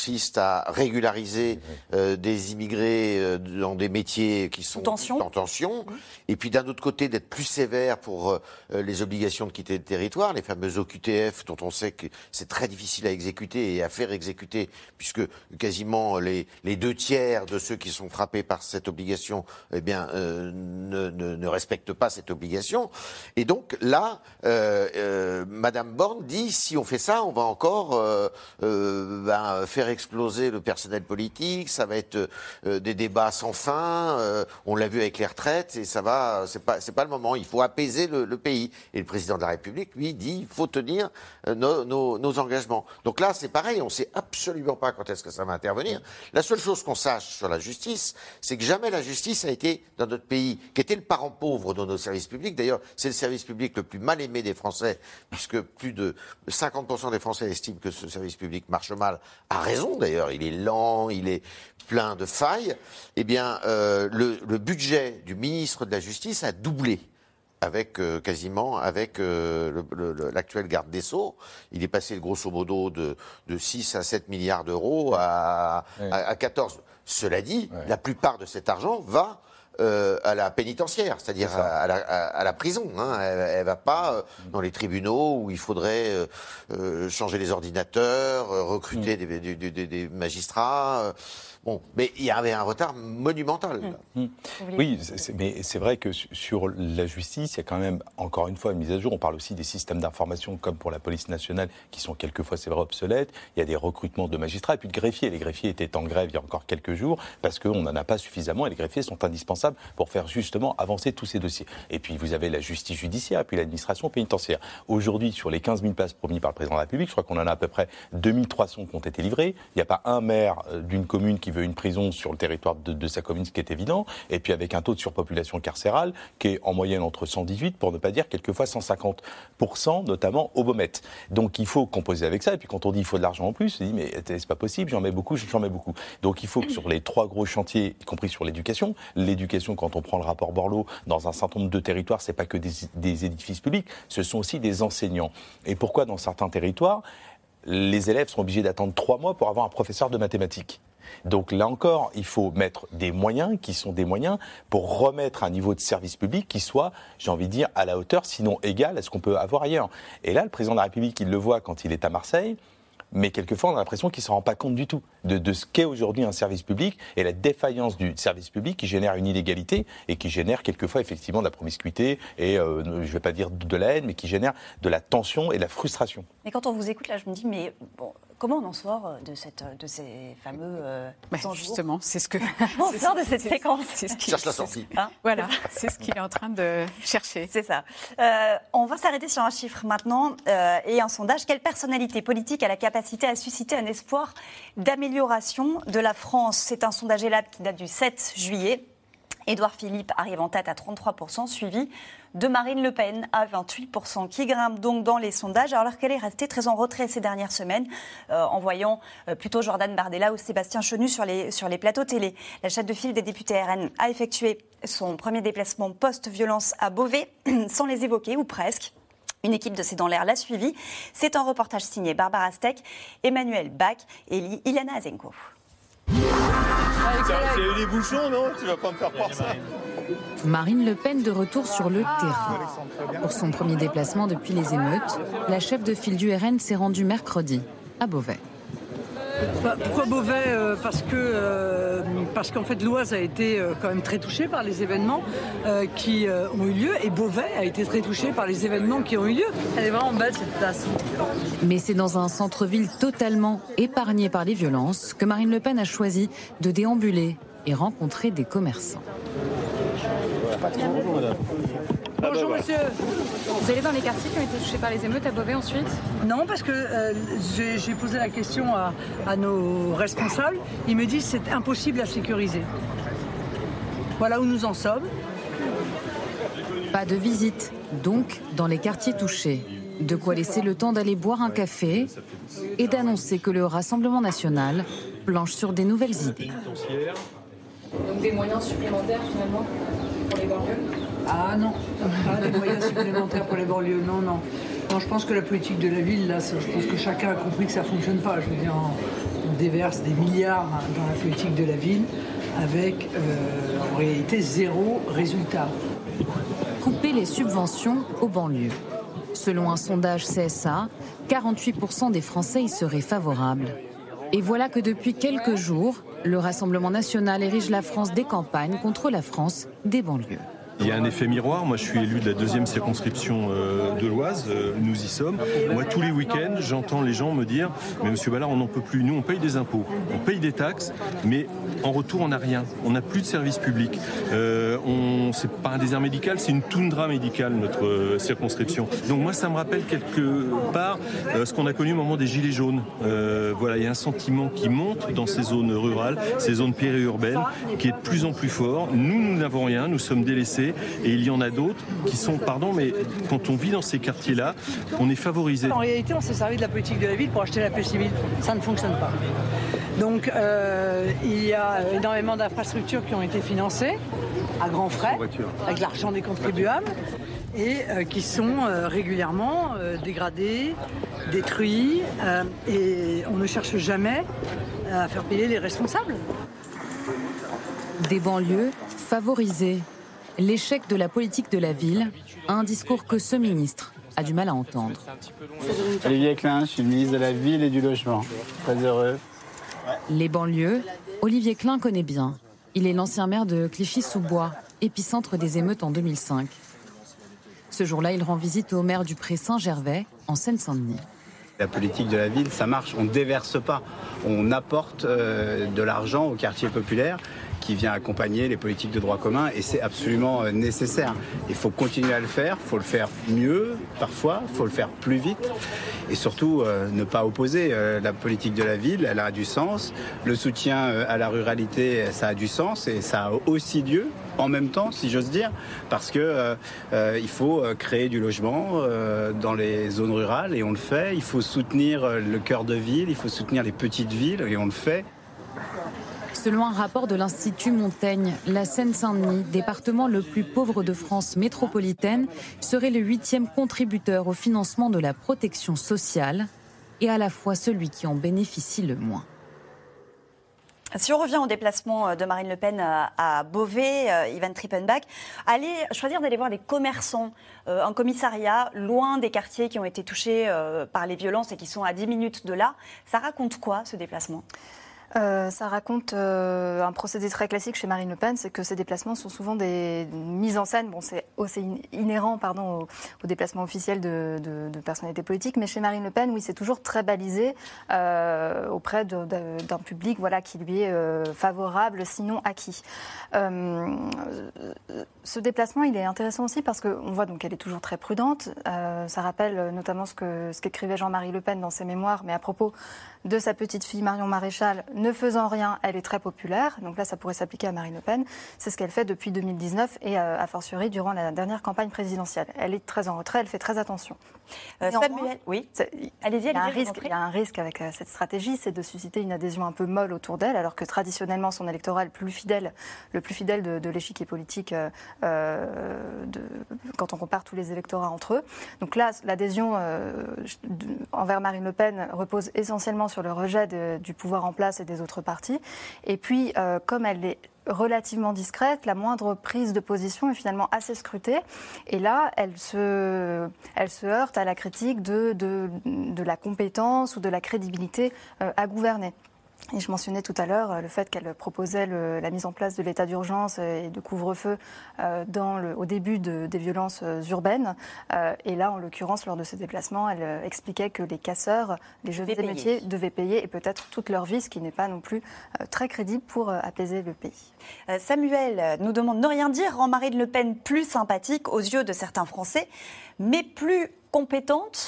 consiste à régulariser euh, des immigrés euh, dans des métiers qui sont tension. en tension, mmh. et puis d'un autre côté d'être plus sévère pour euh, les obligations de quitter le territoire, les fameuses O Q T F dont on sait que c'est très difficile à exécuter et à faire exécuter, puisque quasiment les, les deux tiers de ceux qui sont frappés par cette obligation eh bien, euh, ne, ne, ne respectent pas cette obligation. Et donc là, euh, euh, Madame Borne dit, si on fait ça, on va encore euh, euh, ben, faire exploser le personnel politique, ça va être euh, des débats sans fin, euh, on l'a vu avec les retraites, et ça va, c'est pas, c'est pas le moment, il faut apaiser le, le pays. Et le président de la République, lui, dit, il faut tenir euh, nos, nos, nos engagements. Donc là, c'est pareil, on sait absolument pas quand est-ce que ça va intervenir. La seule chose qu'on sache sur la justice, c'est que jamais la justice a été, dans notre pays, qui était le parent pauvre de nos services publics. D'ailleurs, c'est le service public le plus mal aimé des Français, puisque plus de cinquante pour cent des Français estiment que ce service public marche mal, à raison d'ailleurs, il est lent, il est plein de failles. Eh bien, euh, le, le budget du ministre de la Justice a doublé. Avec euh, quasiment avec euh, le, le, l'actuel garde des Sceaux, il est passé grosso modo de, de six à sept milliards d'euros à, ouais. à, à quatorze. Cela dit, ouais. la plupart de cet argent va euh, à la pénitentiaire, c'est-à-dire à, à, la, à, à la prison. Hein. Elle, elle va pas euh, dans les tribunaux où il faudrait euh, euh, changer les ordinateurs, euh, recruter mmh. des, des, des, des magistrats. Euh, Bon, mais il y avait un retard monumental. Mmh. Oui, c'est, mais c'est vrai que sur la justice, il y a quand même, encore une fois, une mise à jour. On parle aussi des systèmes d'information, comme pour la police nationale, qui sont quelquefois, c'est vrai, obsolètes. Il y a des recrutements de magistrats et puis de greffiers. Les greffiers étaient en grève il y a encore quelques jours parce qu'on n'en a pas suffisamment et les greffiers sont indispensables pour faire justement avancer tous ces dossiers. Et puis, vous avez la justice judiciaire, puis l'administration pénitentiaire. Aujourd'hui, sur les quinze mille places promises par le président de la République, je crois qu'on en a à peu près deux mille trois cents qui ont été livrées. Il n'y a pas un maire d'une commune qui veut une prison sur le territoire de, de sa commune, ce qui est évident, et puis avec un taux de surpopulation carcérale qui est en moyenne entre cent dix-huit, pour ne pas dire quelquefois cent cinquante pour cent, notamment au Baumette. Donc il faut composer avec ça, et puis quand on dit il faut de l'argent en plus, on dit mais c'est pas possible, j'en mets beaucoup, j'en mets beaucoup. Donc il faut que sur les trois gros chantiers, y compris sur l'éducation, l'éducation, quand on prend le rapport Borloo, dans un certain nombre de territoires, c'est pas que des, des édifices publics, ce sont aussi des enseignants. Et pourquoi dans certains territoires, les élèves sont obligés d'attendre trois mois pour avoir un professeur de mathématiques? Donc là encore, il faut mettre des moyens qui sont des moyens pour remettre un niveau de service public qui soit, j'ai envie de dire, à la hauteur, sinon égal à ce qu'on peut avoir ailleurs. Et là, le président de la République, il le voit quand il est à Marseille, mais quelquefois, on a l'impression qu'il ne s'en rend pas compte du tout de, de ce qu'est aujourd'hui un service public et la défaillance du service public qui génère une inégalité et qui génère quelquefois effectivement de la promiscuité et, euh, je ne vais pas dire de la haine, mais qui génère de la tension et de la frustration. Mais quand on vous écoute, là, je me dis, mais bon, comment on en sort de, cette, de ces fameux euh, bah, justement, c'est ce que... Comment on sort de cette séquence? C'est ce qui, cherche la sortie. Hein, voilà, c'est ce qu'il est en train de chercher. C'est ça. Euh, on va s'arrêter sur un chiffre maintenant euh, et un sondage. Quelle personnalité politique a la capacité à susciter un espoir d'amélioration de la France? C'est un sondage ELAB qui date du sept juillet. Édouard Philippe arrive en tête à trente-trois pour cent, suivi de Marine Le Pen à vingt-huit pour cent, qui grimpe donc dans les sondages, alors qu'elle est restée très en retrait ces dernières semaines, euh, en voyant euh, plutôt Jordan Bardella ou Sébastien Chenu sur les, sur les plateaux télé. La chef de file des députés R N a effectué son premier déplacement post-violence à Beauvais, sans les évoquer, ou presque. Une équipe de C'est dans l'air l'a suivi. C'est un reportage signé Barbara Steck, Emmanuel Bach et Iliana Azenko. C'est eu les bouchons, non? Tu vas pas me faire croire ça. Marine Le Pen de retour sur le terrain. Pour son premier déplacement depuis les émeutes, la chef de file du R N s'est rendue mercredi à Beauvais. Bah, pourquoi Beauvais euh, Parce que euh, parce qu'en fait l'Oise a été euh, quand même très touchée par les événements euh, qui euh, ont eu lieu, et Beauvais a été très touché par les événements qui ont eu lieu. Elle est vraiment belle cette place. Mais c'est dans un centre-ville totalement épargné par les violences que Marine Le Pen a choisi de déambuler et rencontrer des commerçants. Bonjour monsieur. Vous allez dans les quartiers qui ont été touchés par les émeutes à Beauvais ensuite? Non, parce que euh, j'ai, j'ai posé la question à, à nos responsables. Ils me disent que c'est impossible à sécuriser. Voilà où nous en sommes. Pas de visite, donc dans les quartiers touchés. De quoi laisser le temps d'aller boire un café et d'annoncer que le Rassemblement national planche sur des nouvelles idées. Donc des moyens supplémentaires finalement pour les banlieues? Ah non, pas des moyens supplémentaires pour les banlieues, non, non. Non, je pense que la politique de la ville, là, je pense que chacun a compris que ça ne fonctionne pas. Je veux dire, on déverse des milliards dans la politique de la ville avec euh, en réalité zéro résultat. Couper les subventions aux banlieues. Selon un sondage C S A, quarante-huit pour cent des Français y seraient favorables. Et voilà que depuis quelques jours, le Rassemblement national érige la France des campagnes contre la France des banlieues. Il y a un effet miroir. Moi, je suis élu de la deuxième circonscription de l'Oise. Nous y sommes. Moi, tous les week-ends, j'entends les gens me dire « Mais monsieur Ballard, on n'en peut plus. Nous, on paye des impôts, on paye des taxes, mais en retour, on n'a rien. On n'a plus de service public. Euh, on, c'est pas un désert médical, c'est une toundra médicale, notre euh, circonscription. Donc moi, ça me rappelle quelque part euh, ce qu'on a connu au moment des Gilets jaunes. Euh, voilà, il y a un sentiment qui monte dans ces zones rurales, ces zones périurbaines, qui est de plus en plus fort. Nous, nous n'avons rien, nous sommes délaissés. Et il y en a d'autres qui sont, pardon, mais quand on vit dans ces quartiers-là, on est favorisé. En réalité, on s'est servi de la politique de la ville pour acheter la paix civile. Ça ne fonctionne pas. Donc, euh, il y a énormément d'infrastructures qui ont été financées à grands frais, avec l'argent des contribuables, et euh, qui sont euh, régulièrement euh, dégradées, détruites, euh, et on ne cherche jamais à faire payer les responsables. Des banlieues favorisées. L'échec de la politique de la ville, un discours que ce ministre a du mal à entendre. Olivier Klein, je suis le ministre de la Ville et du Logement. Très heureux. Les banlieues, Olivier Klein connaît bien. Il est l'ancien maire de Clichy-sous-Bois, épicentre des émeutes en deux mille cinq. Ce jour-là, il rend visite au maire du Pré Saint-Gervais, en Seine-Saint-Denis. La politique de la ville, ça marche, on ne déverse pas. On apporte euh, de l'argent aux quartiers populaires qui vient accompagner les politiques de droit commun et c'est absolument euh, nécessaire. Il faut continuer à le faire, il faut le faire mieux parfois, il faut le faire plus vite et surtout euh, ne pas opposer. Euh, la politique de la ville, elle a du sens. Le soutien euh, à la ruralité, ça a du sens et ça a aussi lieu en même temps, si j'ose dire, parce que euh, euh, il faut créer du logement euh, dans les zones rurales et on le fait. Il faut soutenir le cœur de ville, il faut soutenir les petites villes et on le fait. Selon un rapport de l'Institut Montaigne, la Seine-Saint-Denis, département le plus pauvre de France métropolitaine, serait le huitième contributeur au financement de la protection sociale et à la fois celui qui en bénéficie le moins. Si on revient au déplacement de Marine Le Pen à Beauvais, euh, Ivan Trippenbach, allez choisir d'aller voir des commerçants, euh, un commissariat loin des quartiers qui ont été touchés euh, par les violences et qui sont à dix minutes de là, ça raconte quoi ce déplacement ? Euh, ça raconte euh, un procédé très classique chez Marine Le Pen, c'est que ces déplacements sont souvent des mises en scène. Bon, c'est aussi inhérent, pardon, au, au déplacement officiel de, de, de personnalités politiques, mais chez Marine Le Pen, oui, c'est toujours très balisé euh, auprès de, de, d'un public, voilà, qui lui est euh, favorable, sinon acquis. Euh, ce déplacement, il est intéressant aussi parce qu'on voit donc qu'elle est toujours très prudente. Euh, ça rappelle notamment ce que ce qu'écrivait Jean-Marie Le Pen dans ses mémoires, mais à propos de sa petite fille Marion Maréchal. Ne faisant rien, elle est très populaire. Donc là, ça pourrait s'appliquer à Marine Le Pen. C'est ce qu'elle fait depuis deux mille dix-neuf et euh, a fortiori durant la dernière campagne présidentielle. Elle est très en retrait, elle fait très attention. Euh, Samuel, oui. Allez-y, allez-y. Il y a un risque, il y a un risque avec euh, cette stratégie, c'est de susciter une adhésion un peu molle autour d'elle, alors que traditionnellement, son électorat est le plus fidèle, le plus fidèle de, de l'échiquier politique euh, de, quand on compare tous les électorats entre eux. Donc là, l'adhésion euh, de, envers Marine Le Pen repose essentiellement sur le rejet de, du pouvoir en place et des autres partis. Et puis, euh, comme elle est relativement discrète, la moindre prise de position est finalement assez scrutée. Et là, elle se, elle se heurte à la critique de, de, de la compétence ou de la crédibilité euh, à gouverner. Et je mentionnais tout à l'heure le fait qu'elle proposait le, la mise en place de l'état d'urgence et de couvre-feu euh, dans le, au début de, des violences urbaines. Euh, et là, en l'occurrence, lors de ce déplacement, elle euh, expliquait que les casseurs, les jeunes émeutiers devaient payer et peut-être toute leur vie, ce qui n'est pas non plus euh, très crédible pour euh, apaiser le pays. Euh, Samuel nous demande ne rien dire rend Marine Le Pen plus sympathique aux yeux de certains Français, mais plus compétente ?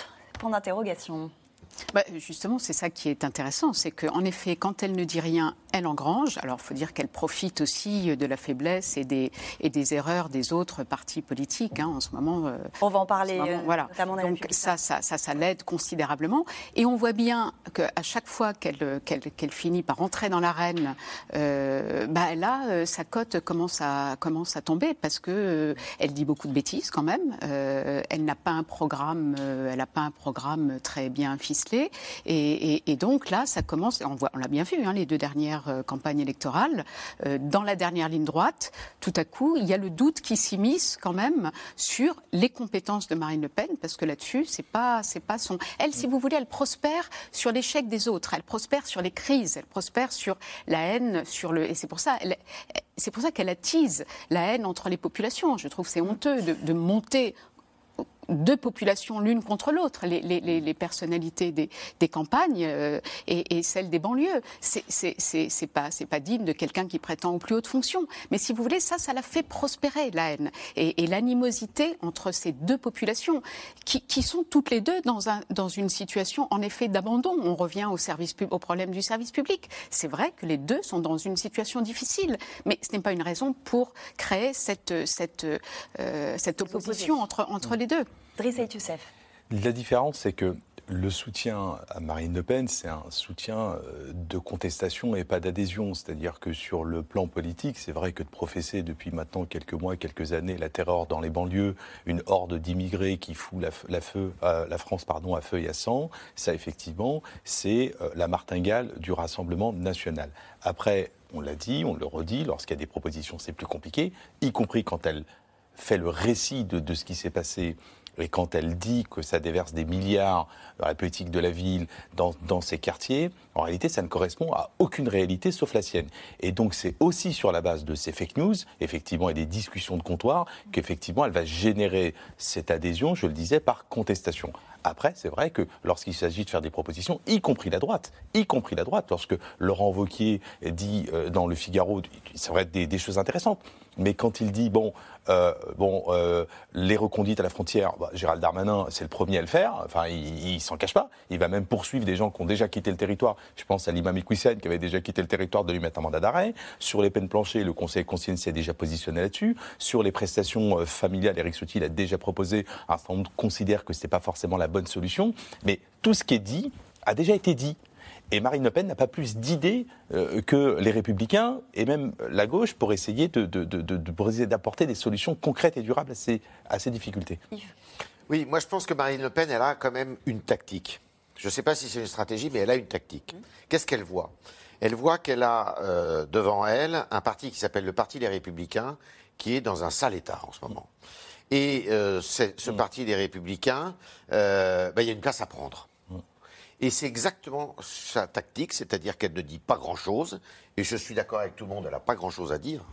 Point d'interrogation. Bah, justement, c'est ça qui est intéressant, c'est qu'en effet, quand elle ne dit rien, elle engrange. Alors, il faut dire qu'elle profite aussi de la faiblesse et des, et des erreurs des autres partis politiques hein, en ce moment. Euh, on va en parler. Moment, euh, voilà. Donc ça, ça, ça, ça l'aide considérablement. Et on voit bien qu'à chaque fois qu'elle, qu'elle, qu'elle finit par entrer dans l'arène, euh, bah là, euh, sa cote commence à, commence à tomber parce que euh, elle dit beaucoup de bêtises quand même. Euh, elle n'a pas un programme, euh, elle n'a pas un programme très bien ficelé. Et, et, et donc là, ça commence. On voit, on l'a bien vu, hein, les deux dernières euh, campagnes électorales. Euh, dans la dernière ligne droite, tout à coup, il y a le doute qui s'immisce quand même sur les compétences de Marine Le Pen, parce que là-dessus, c'est pas, c'est pas son. Elle, si vous voulez, elle prospère sur l'échec des autres. Elle prospère sur les crises. Elle prospère sur la haine, sur le. Et c'est pour ça. Elle, c'est pour ça qu'elle attise la haine entre les populations. Je trouve que c'est honteux de, de monter deux populations l'une contre l'autre, les, les, les personnalités des, des campagnes euh, et, et celles des banlieues. C'est, c'est, c'est, c'est pas, c'est pas digne de quelqu'un qui prétend aux plus hautes fonctions. Mais si vous voulez, ça, ça l'a fait prospérer, la haine et, et l'animosité entre ces deux populations qui, qui sont toutes les deux dans, un, dans une situation en effet d'abandon. On revient au, service, au problème du service public. C'est vrai que les deux sont dans une situation difficile, mais ce n'est pas une raison pour créer cette, cette, euh, cette opposition entre, entre les deux. Driss El Youssef. La différence, c'est que le soutien à Marine Le Pen, c'est un soutien de contestation et pas d'adhésion. C'est-à-dire que sur le plan politique, c'est vrai que de professer depuis maintenant quelques mois, quelques années, la terreur dans les banlieues, une horde d'immigrés qui fout la, la, feu, euh, la France pardon, à feu et à sang, ça effectivement, c'est euh, la martingale du Rassemblement national. Après, on l'a dit, on le redit, lorsqu'il y a des propositions, c'est plus compliqué, y compris quand elle fait le récit de, de ce qui s'est passé. Et quand elle dit que ça déverse des milliards dans la politique de la ville, dans, dans ces quartiers, en réalité, ça ne correspond à aucune réalité sauf la sienne. Et donc, c'est aussi sur la base de ces fake news, effectivement, et des discussions de comptoir, qu'effectivement, elle va générer cette adhésion, je le disais, par contestation. Après, c'est vrai que lorsqu'il s'agit de faire des propositions, y compris la droite, y compris la droite, lorsque Laurent Wauquiez dit euh, dans Le Figaro, c'est vrai des, des choses intéressantes, mais quand il dit, bon, euh, bon euh, les reconduites à la frontière, bah, Gérald Darmanin, c'est le premier à le faire, enfin, il ne s'en cache pas, il va même poursuivre des gens qui ont déjà quitté le territoire, je pense à l'imam Iqwissane qui avait déjà quitté le territoire, de lui mettre un mandat d'arrêt. Sur les peines planchées, le Conseil constitutionnel s'est déjà positionné là-dessus. Sur les prestations euh, familiales, Éric Ciotti l'a déjà proposé, un certain nombre considère que ce n'est pas forcément la bonne solution, mais tout ce qui est dit a déjà été dit. Et Marine Le Pen n'a pas plus d'idées euh, que les Républicains et même la gauche pour essayer, de, de, de, de, pour essayer d'apporter des solutions concrètes et durables à ces, à ces difficultés. Oui, moi je pense que Marine Le Pen, elle a quand même une tactique. Je ne sais pas si c'est une stratégie, mais elle a une tactique. Mmh. Qu'est-ce qu'elle voit ? Elle voit qu'elle a euh, devant elle un parti qui s'appelle le Parti des Républicains, qui est dans un sale état en ce moment. Et euh, ce mmh. Parti des Républicains, euh, ben, y a une place à prendre. Et c'est exactement sa tactique, c'est-à-dire qu'elle ne dit pas grand-chose, et je suis d'accord avec tout le monde, elle n'a pas grand-chose à dire,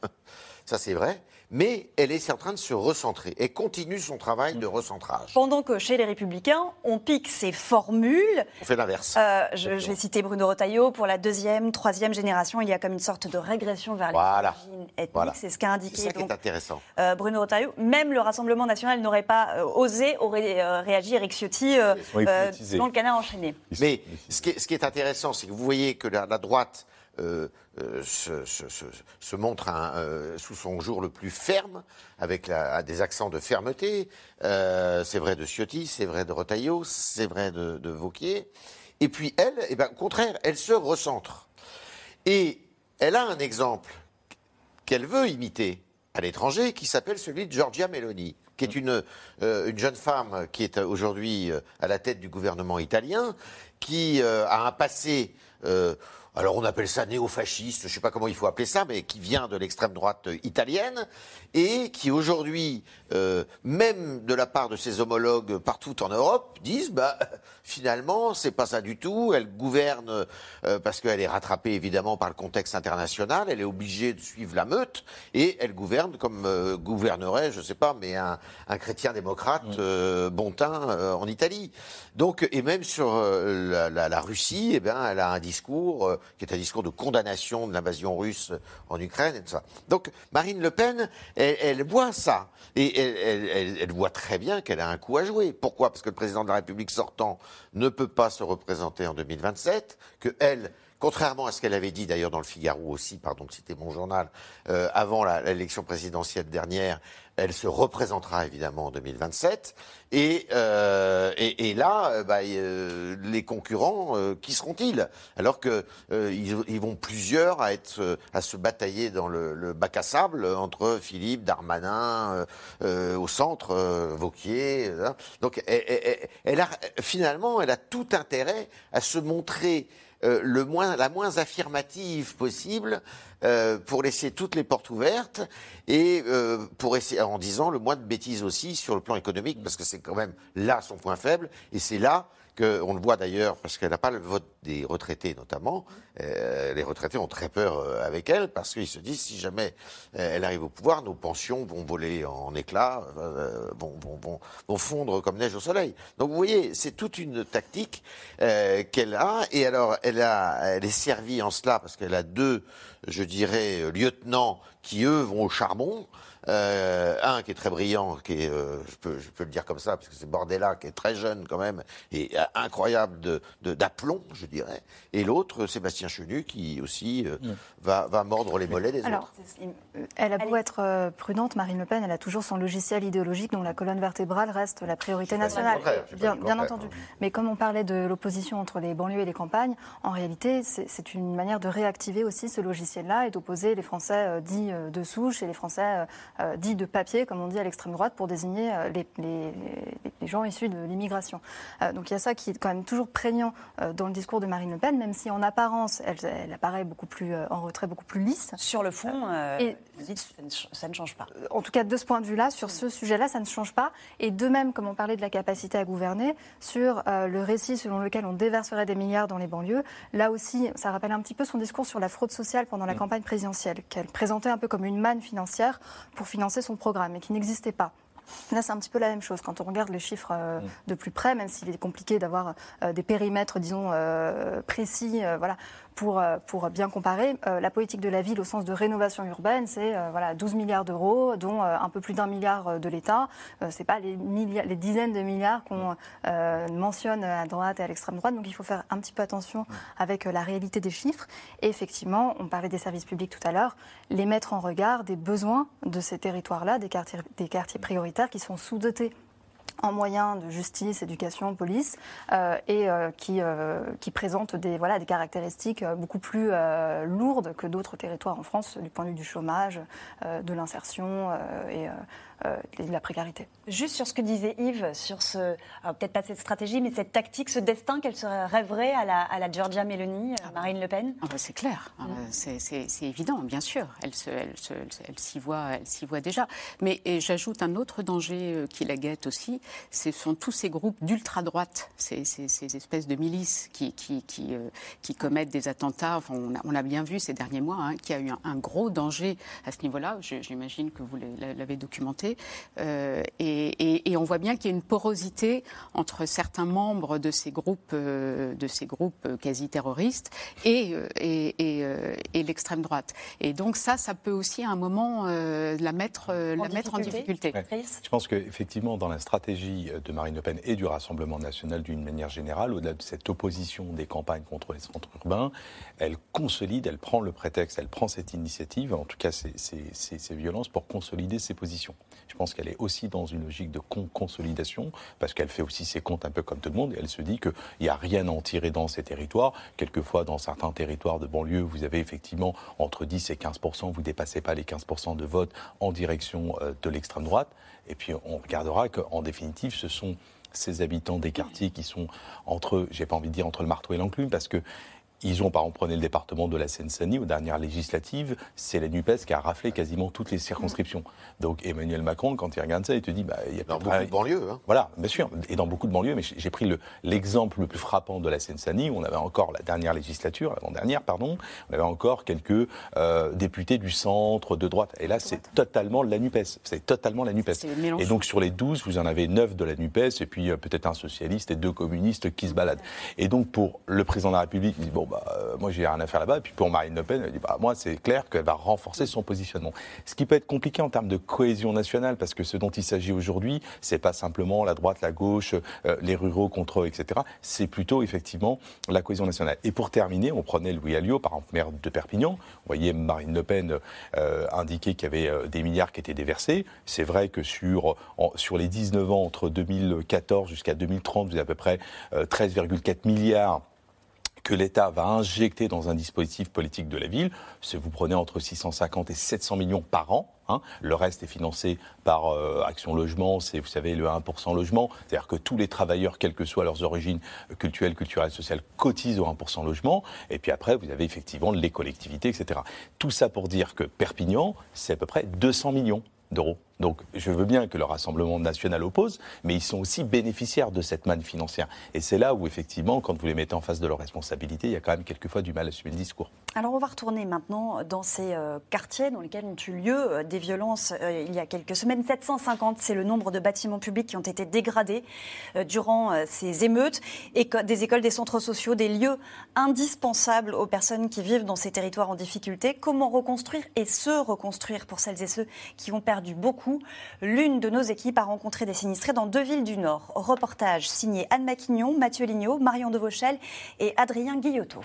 ça c'est vrai, mais elle est en train de se recentrer, elle continue son travail de recentrage. Pendant que chez les Républicains, on pique ses formules. On fait l'inverse. Euh, je, je vais citer Bruno Retailleau, pour la deuxième, troisième génération, il y a comme une sorte de régression vers les voilà. origines ethniques, voilà. c'est ce qu'a indiqué. C'est ça donc, qui est intéressant. Euh, Bruno Retailleau, même le Rassemblement national n'aurait pas euh, osé, aurait euh, réagi, Éric Ciotti, euh, euh, dans le canard enchaîné. Mais ce qui est, ce qui est intéressant, c'est que vous voyez que la, la droite Euh, euh, se, se, se, se montre un, euh, sous son jour le plus ferme, avec la, des accents de fermeté. Euh, c'est vrai de Ciotti, c'est vrai de Retailleau, c'est vrai de, de Wauquiez. Et puis elle, eh ben, au contraire, elle se recentre. Et elle a un exemple qu'elle veut imiter à l'étranger, qui s'appelle celui de Giorgia Meloni, qui est une, euh, une jeune femme qui est aujourd'hui à la tête du gouvernement italien, qui euh, a un passé... Euh, alors on appelle ça néo-fasciste, je ne sais pas comment il faut appeler ça, mais qui vient de l'extrême droite italienne et qui aujourd'hui, euh, même de la part de ses homologues partout en Europe, disent bah finalement c'est pas ça du tout. Elle gouverne euh, parce qu'elle est rattrapée évidemment par le contexte international, elle est obligée de suivre la meute et elle gouverne comme euh, gouvernerait, je ne sais pas, mais un, un chrétien démocrate euh, bon teint euh, en Italie. Donc et même sur euh, la, la, la Russie, eh bien elle a un discours euh, qui est un discours de condamnation de l'invasion russe en Ukraine et tout ça. Donc Marine Le Pen, elle, elle voit ça. Et elle, elle, elle, elle voit très bien qu'elle a un coup à jouer. Pourquoi ? Parce que le président de la République sortant ne peut pas se représenter en deux mille vingt-sept, que elle contrairement à ce qu'elle avait dit d'ailleurs dans le Figaro aussi, pardon de citer mon journal, euh, avant la, l'élection présidentielle dernière, elle se représentera évidemment en deux mille vingt-sept. Et, euh, et, et là, bah, euh, les concurrents, euh, qui seront-ils? Alors que euh, ils, ils vont plusieurs à être, à se batailler dans le, le bac à sable entre Philippe, Darmanin, euh, euh, au centre, euh, Wauquiez. Hein. Donc, elle, elle, elle a, finalement, elle a tout intérêt à se montrer euh, le moins, la moins affirmative possible. Euh, pour laisser toutes les portes ouvertes et euh, pour essayer, en disant le moins de bêtises aussi sur le plan économique, parce que c'est quand même là son point faible, et c'est là qu'on le voit d'ailleurs, parce qu'elle n'a pas le vote des retraités notamment. Euh, les retraités ont très peur euh, avec elle, parce qu'ils se disent, si jamais euh, elle arrive au pouvoir, nos pensions vont voler en éclats, euh, vont, vont, vont, vont fondre comme neige au soleil. Donc vous voyez, c'est toute une tactique euh, qu'elle a, et alors elle, a, elle est servie en cela, parce qu'elle a deux, je dirais, lieutenants qui, eux, vont au charbon. Euh, un qui est très brillant, qui est, euh, je, peux, je peux le dire comme ça, parce que c'est Bordella, qui est très jeune quand même, et euh, incroyable de, de, d'aplomb, je dirais. Et l'autre, Sébastien Chenu, qui aussi euh, mmh. va, va mordre les mollets des Alors, autres. Elle a beau être euh, prudente, Marine Le Pen, elle a toujours son logiciel idéologique dont la colonne vertébrale reste la priorité nationale. Bien, bien entendu. Mais comme on parlait de l'opposition entre les banlieues et les campagnes, en réalité, c'est, c'est une manière de réactiver aussi ce logiciel-là et d'opposer les Français euh, dits euh, de souche et les Français euh, Euh, dit de papier, comme on dit à l'extrême droite, pour désigner euh, les, les, les, les gens issus de l'immigration. Euh, donc il y a ça qui est quand même toujours prégnant euh, dans le discours de Marine Le Pen, même si en apparence, elle, elle apparaît beaucoup plus euh, en retrait, beaucoup plus lisse. Sur le fond, euh, et, ça ne change pas. En tout cas, de ce point de vue-là, sur ce sujet-là, ça ne change pas. Et de même, comme on parlait de la capacité à gouverner, sur euh, le récit selon lequel on déverserait des milliards dans les banlieues, là aussi, ça rappelle un petit peu son discours sur la fraude sociale pendant la mmh. campagne présidentielle, qu'elle présentait un peu comme une manne financière pour financer son programme et qui n'existait pas. Là, c'est un petit peu la même chose. Quand on regarde les chiffres euh, mmh. de plus près, même s'il est compliqué d'avoir euh, des périmètres, disons, euh, précis, euh, voilà, pour, euh, pour bien comparer, euh, la politique de la ville au sens de rénovation urbaine, c'est euh, voilà, douze milliards d'euros, dont euh, un peu plus d'un milliard de l'État. Euh, c'est pas les, milliards, les dizaines de milliards qu'on euh, mentionne à droite et à l'extrême droite. Donc, il faut faire un petit peu attention avec euh, la réalité des chiffres. Et effectivement, on parlait des services publics tout à l'heure, les mettre en regard des besoins de ces territoires-là, des quartiers, des quartiers prioritaires qui sont sous-dotés en moyens de justice, éducation, police, euh, et euh, qui, euh, qui présentent des, voilà, des caractéristiques beaucoup plus euh, lourdes que d'autres territoires en France, du point de vue du chômage, euh, de l'insertion euh, et, euh, et de la précarité. Juste sur ce que disait Yves, sur ce, alors peut-être pas cette stratégie, mais cette tactique, ce destin qu'elle se rêverait à la, à la Giorgia Meloni, ah Marine Le Pen. Ah bah c'est clair, mmh. c'est, c'est, c'est évident, bien sûr. Elle, se, elle, se, elle, s'y voit, elle s'y voit déjà. Mais et j'ajoute un autre danger qui la guette aussi. Ce sont tous ces groupes d'ultra-droite, ces, ces, ces espèces de milices qui, qui, qui, euh, qui commettent des attentats. Enfin, on, a, on a bien vu ces derniers mois hein, qu'il y a eu un, un gros danger à ce niveau-là. Je, j'imagine que vous l'avez documenté. Euh, et, et, et on voit bien qu'il y a une porosité entre certains membres de ces groupes, euh, de ces groupes quasi-terroristes et, et, et, euh, et l'extrême droite. Et donc ça, ça peut aussi à un moment euh, la mettre, euh, la mettre en difficulté. Ouais. Je pense qu'effectivement, dans la stratégie de Marine Le Pen et du Rassemblement national d'une manière générale, au-delà de cette opposition des campagnes contre les centres urbains, elle consolide, elle prend le prétexte, elle prend cette initiative, en tout cas ces, ces, ces, ces violences, pour consolider ses positions. Je pense qu'elle est aussi dans une logique de con- consolidation, parce qu'elle fait aussi ses comptes un peu comme tout le monde, et elle se dit qu'il n'y a rien à en tirer dans ces territoires. Quelquefois, dans certains territoires de banlieue, vous avez effectivement entre dix et quinze pour cent, vous ne dépassez pas les quinze pour cent de vote en direction euh, de l'extrême droite. Et puis on regardera qu'en définitive, ce sont ces habitants des quartiers qui sont entre, j'ai pas envie de dire entre le marteau et l'enclume, parce que ils ont, par exemple, prenez le département de la Seine-Saint-Denis, aux dernières législatives, c'est la NUPES qui a raflé quasiment toutes les circonscriptions. Donc Emmanuel Macron, quand il regarde ça, il te dit... Bah, il y a dans beaucoup de banlieues. Hein. Voilà, bien sûr, et dans beaucoup de banlieues, mais j'ai pris le, l'exemple le plus frappant de la Seine-Saint-Denis, où on avait encore la dernière législature, l'avant-dernière, pardon, on avait encore quelques euh, députés du centre, de droite. Et là, c'est totalement la NUPES. C'est totalement la NUPES. Et donc sur les douze, vous en avez neuf de la NUPES, et puis euh, peut-être un socialiste et deux communistes qui se baladent. Et donc pour le président de la République, il dit, bon, bah, euh, moi j'ai rien à faire là-bas. Et puis pour Marine Le Pen, elle dit bah, moi c'est clair qu'elle va renforcer son positionnement. Ce qui peut être compliqué en termes de cohésion nationale, parce que ce dont il s'agit aujourd'hui, c'est pas simplement la droite, la gauche, euh, les ruraux contre eux, et cetera. C'est plutôt effectivement la cohésion nationale. Et pour terminer, on prenait Louis Alliot, par exemple maire de Perpignan. Vous voyez Marine Le Pen euh, indiquer qu'il y avait euh, des milliards qui étaient déversés. C'est vrai que sur, en, sur les dix-neuf ans, entre deux mille quatorze jusqu'à deux mille trente, vous avez à peu près euh, treize virgule quatre milliards que l'État va injecter dans un dispositif politique de la ville. Si vous prenez entre six cent cinquante et sept cents millions par an, hein, le reste est financé par euh, Action Logement, c'est, vous savez, le un pour cent logement. C'est-à-dire que tous les travailleurs, quelles que soient leurs origines culturelles, culturelles, sociales, cotisent au un pour cent logement. Et puis après, vous avez effectivement les collectivités, et cetera. Tout ça pour dire que Perpignan, c'est à peu près deux cents millions d'euros. Donc je veux bien que le Rassemblement national oppose, mais ils sont aussi bénéficiaires de cette manne financière. Et c'est là où, effectivement, quand vous les mettez en face de leurs responsabilités, il y a quand même quelquefois du mal à assumer le discours. Alors on va retourner maintenant dans ces euh, quartiers dans lesquels ont eu lieu euh, des violences euh, il y a quelques semaines. sept cent cinquante, c'est le nombre de bâtiments publics qui ont été dégradés euh, durant euh, ces émeutes. Et des écoles, des centres sociaux, des lieux indispensables aux personnes qui vivent dans ces territoires en difficulté. Comment reconstruire et se reconstruire pour celles et ceux qui ont perdu beaucoup? L'une de nos équipes a rencontré des sinistrés dans deux villes du Nord. Reportage signé Anne Maquignon, Mathieu Lignot, Marion Devauchel et Adrien Guillotot.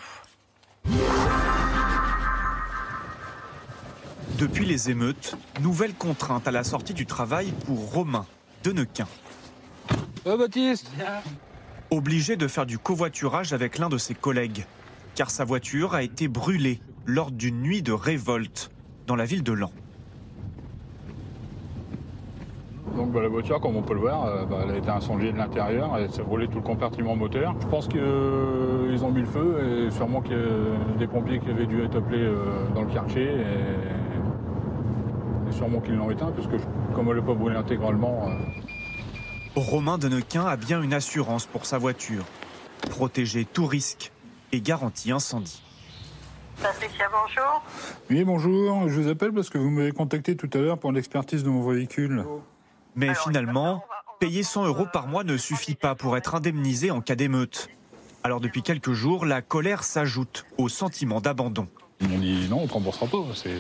Depuis les émeutes, nouvelle contrainte à la sortie du travail pour Romain Denequin. Oh Baptiste. Obligé de faire du covoiturage avec l'un de ses collègues, car sa voiture a été brûlée lors d'une nuit de révolte dans la ville de Laon. Donc bah, la voiture, comme on peut le voir, euh, bah, elle a été incendiée de l'intérieur et ça a brûlé tout le compartiment moteur. Je pense qu'ils euh, ont mis le feu et sûrement qu'il y a des pompiers qui avaient dû être appelés euh, dans le quartier et, et sûrement qu'ils l'ont éteint parce que comme elle n'est pas brûlée intégralement... Euh... Romain Denequin a bien une assurance pour sa voiture. Protégée tout risque et garantie incendie. Patricia, bonjour. Oui, bonjour. Je vous appelle parce que vous m'avez contacté tout à l'heure pour l'expertise de mon véhicule. Mais finalement, payer cent euros par mois ne suffit pas pour être indemnisé en cas d'émeute. Alors depuis quelques jours, la colère s'ajoute au sentiment d'abandon. Ils m'ont dit non, on ne te remboursera pas. C'est...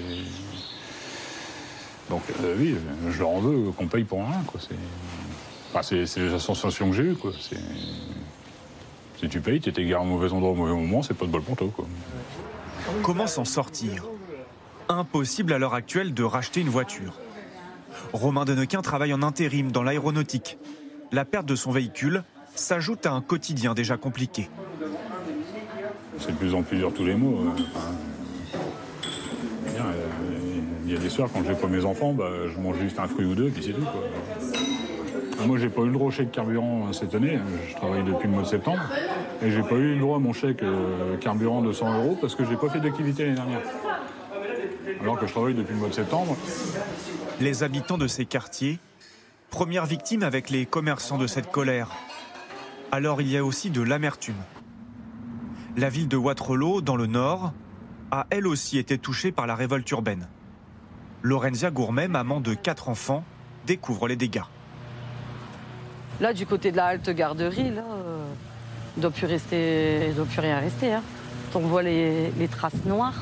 Donc euh, oui, je leur en veux qu'on paye pour rien. Quoi. C'est... Enfin, c'est, c'est la sensation que j'ai eue. Quoi. C'est... Si tu payes, tu étais garé au mauvais endroit au mauvais moment, c'est pas de bol pour toi. Quoi. Comment s'en sortir? Impossible à l'heure actuelle de racheter une voiture. Romain Denequin travaille en intérim dans l'aéronautique. La perte de son véhicule s'ajoute à un quotidien déjà compliqué. C'est de plus en plus dur tous les mots. Il y a des soirs, quand j'ai pas mes enfants, bah, je mange juste un fruit ou deux, puis c'est tout. Quoi. Moi, j'ai pas eu le droit au chèque carburant cette année. Je travaille depuis le mois de septembre. Et j'ai pas eu le droit à mon chèque carburant de cent euros parce que j'ai pas fait d'activité l'année dernière. Alors que je travaille depuis le mois de septembre. Les habitants de ces quartiers, première victime avec les commerçants de cette colère. Alors il y a aussi de l'amertume. La ville de Wattrelos, dans le Nord, a elle aussi été touchée par la révolte urbaine. Lorenzia Gourmet, maman de quatre enfants, découvre les dégâts. Là, du côté de la halte garderie, là, euh, il ne doit plus rester, il doit plus rien rester. Hein. On voit les, les traces noires.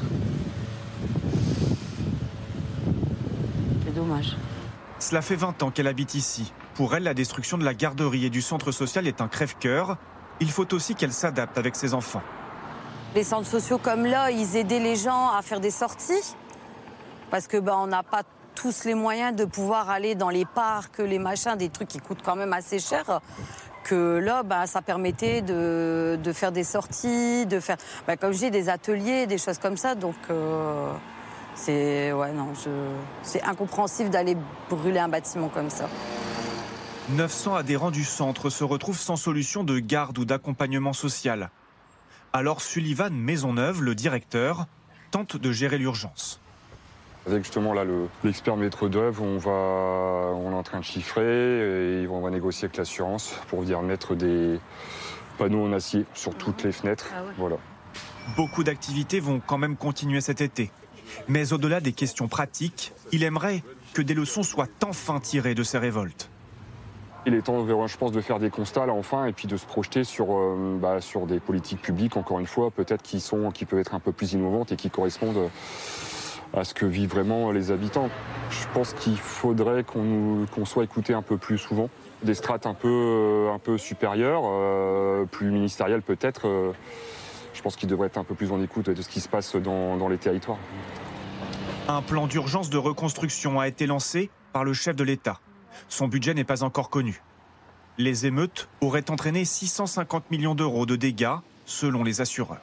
C'est dommage. Cela fait vingt ans qu'elle habite ici. Pour elle, la destruction de la garderie et du centre social est un crève-cœur. Il faut aussi qu'elle s'adapte avec ses enfants. Les centres sociaux comme là, ils aidaient les gens à faire des sorties. Parce que ben, on n'a pas tous les moyens de pouvoir aller dans les parcs, les machins, des trucs qui coûtent quand même assez cher. Que là, ben, ça permettait de, de faire des sorties, de faire, ben, comme je dis, des ateliers, des choses comme ça. Donc, euh, c'est, ouais, non, je, c'est incompréhensible d'aller brûler un bâtiment comme ça. neuf cents adhérents du centre se retrouvent sans solution de garde ou d'accompagnement social. Alors Sullivan Maisonneuve, le directeur, tente de gérer l'urgence. Avec justement là le, l'expert maître d'œuvre, on va, on est en train de chiffrer et on va négocier avec l'assurance pour venir mettre des panneaux en acier sur toutes les fenêtres. Ah ouais. Voilà. Beaucoup d'activités vont quand même continuer cet été. Mais au-delà des questions pratiques, il aimerait que des leçons soient enfin tirées de ces révoltes. Il est temps, je pense, de faire des constats là enfin et puis de se projeter sur, euh, bah, sur des politiques publiques, encore une fois, peut-être qui, sont, qui peuvent être un peu plus innovantes et qui correspondent à ce que vivent vraiment les habitants. Je pense qu'il faudrait qu'on nous, qu'on soit écouté un peu plus souvent. Des strates un peu, un peu supérieures, euh, plus ministérielles peut-être. Euh, je pense qu'il devrait être un peu plus en écoute de ce qui se passe dans, dans les territoires. Un plan d'urgence de reconstruction a été lancé par le chef de l'État. Son budget n'est pas encore connu. Les émeutes auraient entraîné six cent cinquante millions d'euros de dégâts, selon les assureurs.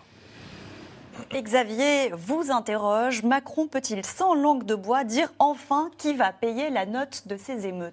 Et Xavier vous interroge. Macron peut-il, sans langue de bois, dire enfin qui va payer la note de ces émeutes ?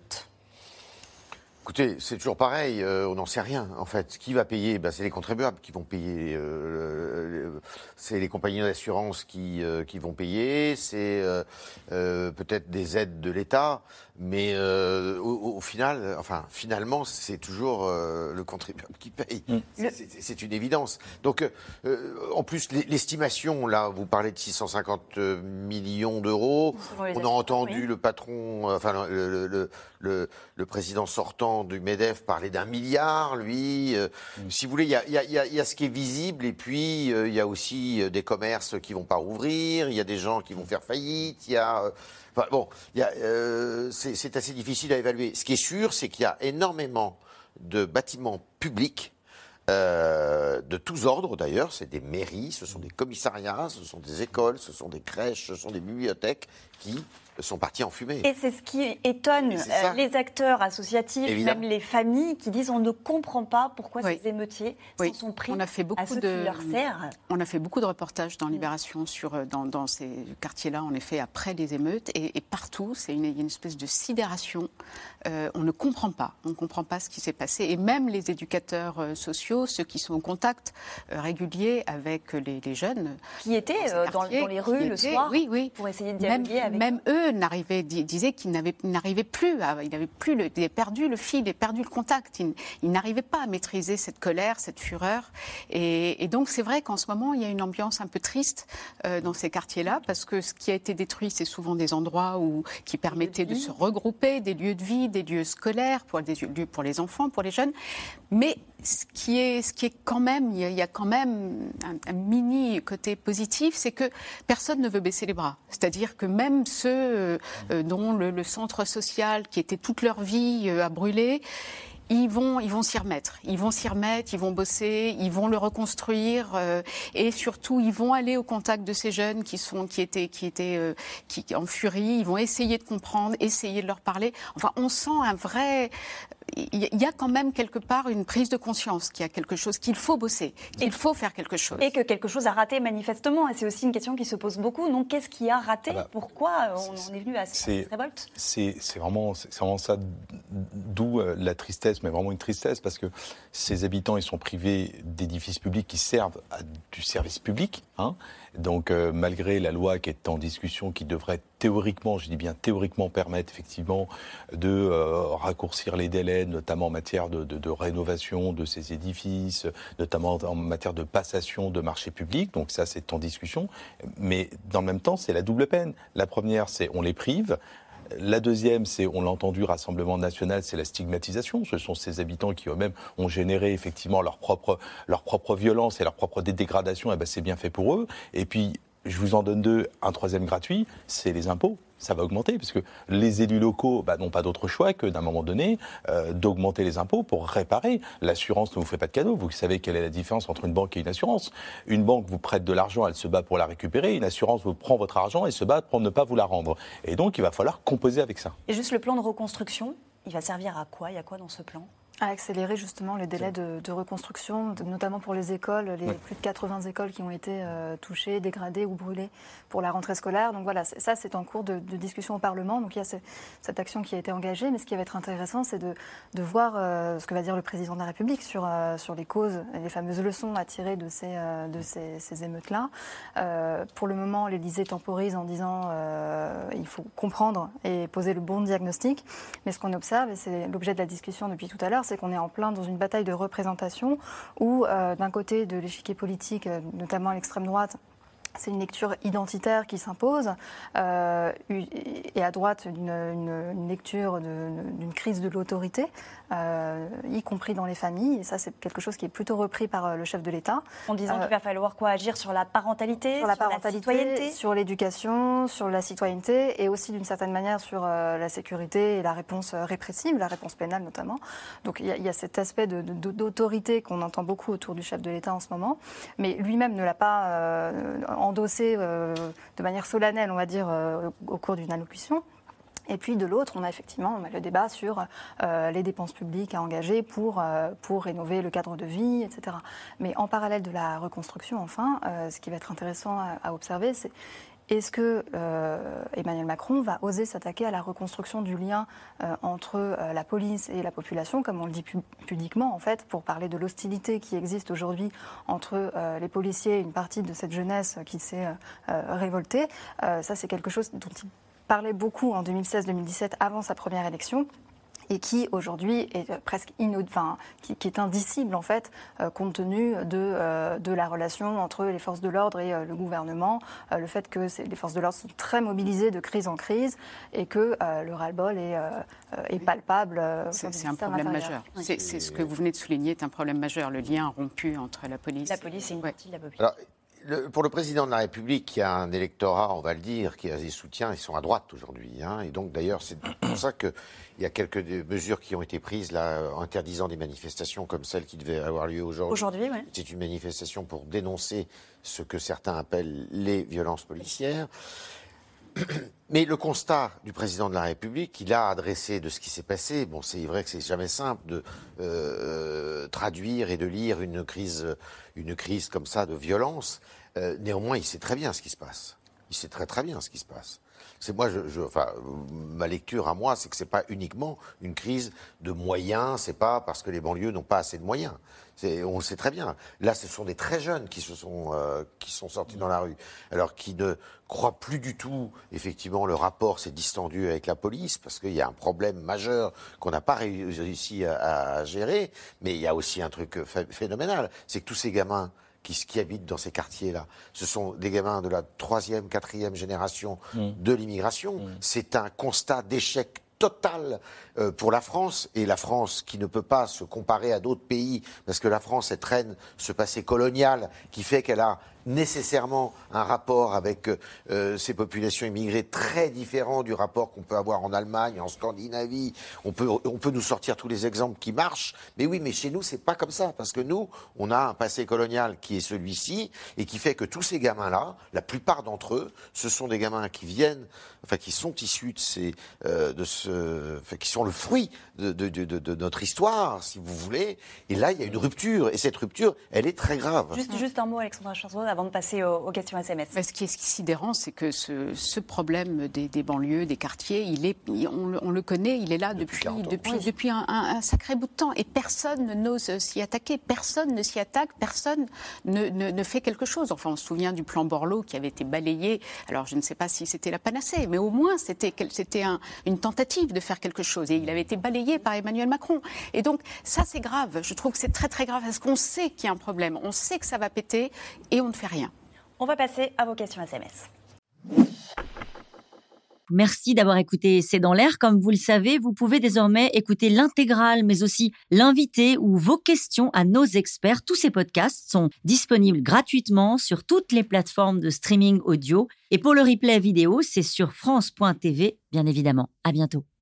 Écoutez, c'est toujours pareil, euh, on n'en sait rien en fait. Qui va payer ben, c'est les contribuables qui vont payer, euh, c'est les compagnies d'assurance qui, euh, qui vont payer, c'est euh, euh, peut-être des aides de l'État, mais euh, au, au final, enfin finalement, c'est toujours euh, le contribuable qui paye. Mmh. C'est, c'est, c'est une évidence. Donc, euh, en plus, l'estimation, là, vous parlez de six cent cinquante millions d'euros. On a entendu oui. le patron, enfin le, le, le, le président sortant du MEDEF parler d'un milliard, lui. Euh, mmh. Si vous voulez, il y a, y, a, y a ce qui est visible et puis il euh, y a aussi des commerces qui vont pas rouvrir, il y a des gens qui vont faire faillite, il y a... Euh, enfin, bon, y a, euh, c'est, c'est assez difficile à évaluer. Ce qui est sûr, c'est qu'il y a énormément de bâtiments publics, euh, de tous ordres d'ailleurs, c'est des mairies, ce sont des commissariats, ce sont des écoles, ce sont des crèches, ce sont des bibliothèques qui sont partis en fumée. Et c'est ce qui étonne euh, les acteurs associatifs, Évidemment. même les familles, qui disent on ne comprend pas pourquoi oui. ces émeutiers oui. s'en sont pris on a fait beaucoup à ceux de, qui leur servent. On a fait beaucoup de reportages dans Libération sur, dans, dans ces quartiers-là, en effet, après les émeutes. Et, et partout, c'est une, il y a une espèce de sidération. Euh, on ne comprend pas. On ne comprend pas ce qui s'est passé. Et même les éducateurs euh, sociaux, ceux qui sont en contact euh, régulier avec les, les jeunes. Qui étaient euh, dans, dans les rues le étaient, soir oui, oui. pour essayer de dialoguer même, avec Même eux n'arrivaient, disaient qu'ils n'avaient, n'arrivaient plus, à, ils n'avaient plus le, ils avaient perdu le fil, ils avaient perdu le contact. Ils, ils n'arrivaient pas à maîtriser cette colère, cette fureur. Et, et donc c'est vrai qu'en ce moment, il y a une ambiance un peu triste euh, dans ces quartiers-là, parce que ce qui a été détruit, c'est souvent des endroits où, qui permettaient de, de se regrouper, des lieux de vie, des lieux scolaires, pour, des lieux pour les enfants, pour les jeunes. Mais ce qui est, ce qui est quand même, il y a, il y a quand même un, un mini côté positif, c'est que personne ne veut baisser les bras. C'est-à-dire que même ceux euh, dont le, le centre social, qui était toute leur vie, euh, a brûlé, ils vont, ils vont s'y remettre. Ils vont s'y remettre, ils vont bosser, ils vont le reconstruire euh, et surtout, ils vont aller au contact de ces jeunes qui sont, qui étaient, qui étaient, euh, qui en furie. Ils vont essayer de comprendre, essayer de leur parler. Enfin, on sent un vrai. Il y a quand même quelque part une prise de conscience qu'il y a quelque chose, qu'il faut bosser, qu'il et, faut faire quelque chose. Et que quelque chose a raté manifestement. Et c'est aussi une question qui se pose beaucoup. Donc, qu'est-ce qui a raté ? ah bah, Pourquoi on en est venu à cette révolte ? c'est, c'est, vraiment, c'est vraiment ça, d'où la tristesse, mais vraiment une tristesse, parce que ces habitants, ils sont privés d'édifices publics qui servent à du service public. Hein. Donc, euh, malgré la loi qui est en discussion, qui devrait théoriquement, je dis bien théoriquement, permettre effectivement de euh, raccourcir les délais, notamment en matière de, de, de rénovation de ces édifices, notamment en matière de passation de marchés publics. Donc ça, c'est en discussion. Mais dans le même temps, c'est la double peine. La première, c'est on les prive. La deuxième, c'est, on l'a entendu, Rassemblement national, c'est la stigmatisation. Ce sont ces habitants qui eux-mêmes ont généré effectivement leur propre, leur propre violence et leur propre dégradation. Et ben, c'est bien fait pour eux. Et puis, je vous en donne deux. Un troisième gratuit, c'est les impôts. Ça va augmenter, parce que les élus locaux bah, n'ont pas d'autre choix que, d'un moment donné, euh, d'augmenter les impôts pour réparer. L'assurance ne vous fait pas de cadeau. Vous savez quelle est la différence entre une banque et une assurance. Une banque vous prête de l'argent, elle se bat pour la récupérer. Une assurance vous prend votre argent et se bat pour ne pas vous la rendre. Et donc, il va falloir composer avec ça. Et juste le plan de reconstruction, il va servir à quoi ? Il y a quoi dans ce plan ? À accélérer justement les délais de, de reconstruction, de, notamment pour les écoles, les ouais. plus de quatre-vingts écoles qui ont été euh, touchées, dégradées ou brûlées pour la rentrée scolaire. Donc voilà, ça c'est en cours de, de discussion au Parlement. Donc il y a ce, cette action qui a été engagée. Mais ce qui va être intéressant, c'est de, de voir euh, ce que va dire le président de la République sur, euh, sur les causes, les fameuses leçons à tirer de ces, euh, de ces, ces émeutes-là. Euh, pour le moment, l'Élysée temporise en disant euh, il faut comprendre et poser le bon diagnostic. Mais ce qu'on observe, et c'est l'objet de la discussion depuis tout à l'heure, c'est qu'on est en plein dans une bataille de représentation où, euh, d'un côté de l'échiquier politique, euh, notamment à l'extrême droite, C'est une lecture identitaire qui s'impose, euh, et à droite, une, une, une lecture de, d'une crise de l'autorité, euh, y compris dans les familles. Et ça, c'est quelque chose qui est plutôt repris par le chef de l'État. En disant euh, qu'il va falloir quoi agir sur la parentalité, sur la, sur parentalité, la citoyenneté, sur l'éducation, sur la citoyenneté, et aussi d'une certaine manière sur euh, la sécurité et la réponse répressive, la réponse pénale notamment. Donc il y, y a cet aspect de, de, d'autorité qu'on entend beaucoup autour du chef de l'État en ce moment, mais lui-même ne l'a pas euh, endossé euh, de manière solennelle, on va dire, euh, au cours d'une allocution. Et puis de l'autre, on a effectivement on a le débat sur euh, les dépenses publiques à engager pour, euh, pour rénover le cadre de vie, et cetera. Mais en parallèle de la reconstruction, enfin, euh, ce qui va être intéressant à, à observer, c'est est-ce que euh, Emmanuel Macron va oser s'attaquer à la reconstruction du lien euh, entre euh, la police et la population, comme on le dit pu- pudiquement, en fait, pour parler de l'hostilité qui existe aujourd'hui entre euh, les policiers et une partie de cette jeunesse qui s'est euh, révoltée. Euh, ça, c'est quelque chose dont il parlait beaucoup en deux mille seize deux mille dix-sept, avant sa première élection, et qui aujourd'hui est presque inaud... enfin, qui, qui est indicible en fait, euh, compte tenu de, euh, de la relation entre les forces de l'ordre et euh, le gouvernement, euh, le fait que c'est, les forces de l'ordre sont très mobilisées de crise en crise et que euh, le ras-le-bol est, euh, est palpable. Euh, c'est c'est un problème majeur. Oui. C'est, c'est ce que vous venez de souligner, est un problème majeur, le lien rompu entre la police. La police et une ouais. partie de la population. Alors, Le, pour le président de la République, qui a un électorat, on va le dire, qui a des soutiens, ils sont à droite aujourd'hui. Hein, et donc, d'ailleurs, c'est pour ça qu'il y a quelques mesures qui ont été prises, là, interdisant des manifestations comme celle qui devait avoir lieu aujourd'hui. Aujourd'hui, oui. C'est une manifestation pour dénoncer ce que certains appellent les violences policières. Mais le constat du président de la République, qu'il a adressé de ce qui s'est passé, bon, c'est vrai que c'est jamais simple de euh, traduire et de lire une crise, une crise comme ça de violence. Euh, néanmoins, il sait très bien ce qui se passe. Il sait très très bien ce qui se passe. C'est moi, je, je, enfin, ma lecture à moi, c'est que c'est pas uniquement une crise de moyens. C'est pas parce que les banlieues n'ont pas assez de moyens. C'est, on le sait très bien. Là, ce sont des très jeunes qui se sont euh, qui sont sortis dans la rue, alors qui ne croient plus du tout. Effectivement, le rapport s'est distendu avec la police parce qu'il y a un problème majeur qu'on n'a pas réussi à, à gérer. Mais il y a aussi un truc phénoménal, c'est que tous ces gamins Qui, qui habitent dans ces quartiers-là. Ce sont des gamins de la troisième, quatrième génération mmh. de l'immigration. Mmh. C'est un constat d'échec total euh, pour la France, et la France qui ne peut pas se comparer à d'autres pays, parce que la France, elle traîne ce passé colonial qui fait qu'elle a nécessairement un rapport avec euh, ces populations immigrées très différent du rapport qu'on peut avoir en Allemagne, en Scandinavie. On peut, on peut nous sortir tous les exemples qui marchent, mais oui, mais chez nous, c'est pas comme ça, parce que nous, on a un passé colonial qui est celui-ci, et qui fait que tous ces gamins-là, la plupart d'entre eux, ce sont des gamins qui viennent, enfin, qui sont issus de ces, euh, de ce, enfin, qui sont le fruit de, de, de, de notre histoire, si vous voulez. Et là, il y a une rupture, et cette rupture, elle est très grave. Juste, juste un mot, Alexandra Charzot, avant de passer aux, aux questions S M S. Mais ce qui est sidérant, c'est que ce, ce problème des, des banlieues, des quartiers, il est, on, on le connaît, il est là depuis, depuis, depuis, oui. depuis un, un, un sacré bout de temps. Et personne n'ose s'y attaquer, personne ne s'y attaque, personne ne, ne, ne fait quelque chose. Enfin, on se souvient du plan Borloo qui avait été balayé. Alors, je ne sais pas si c'était la panacée, mais au moins, c'était, c'était un, une tentative de faire quelque chose. Et il avait été balayé par Emmanuel Macron. Et donc, ça, c'est grave. Je trouve que c'est très, très grave, parce qu'on sait qu'il y a un problème. On sait que ça va péter et on ne fait rien. On va passer à vos questions S M S. Merci d'avoir écouté C'est dans l'air. Comme vous le savez, vous pouvez désormais écouter l'intégrale, mais aussi l'invité ou vos questions à nos experts. Tous ces podcasts sont disponibles gratuitement sur toutes les plateformes de streaming audio. Et pour le replay vidéo, c'est sur France point T V, bien évidemment. À bientôt.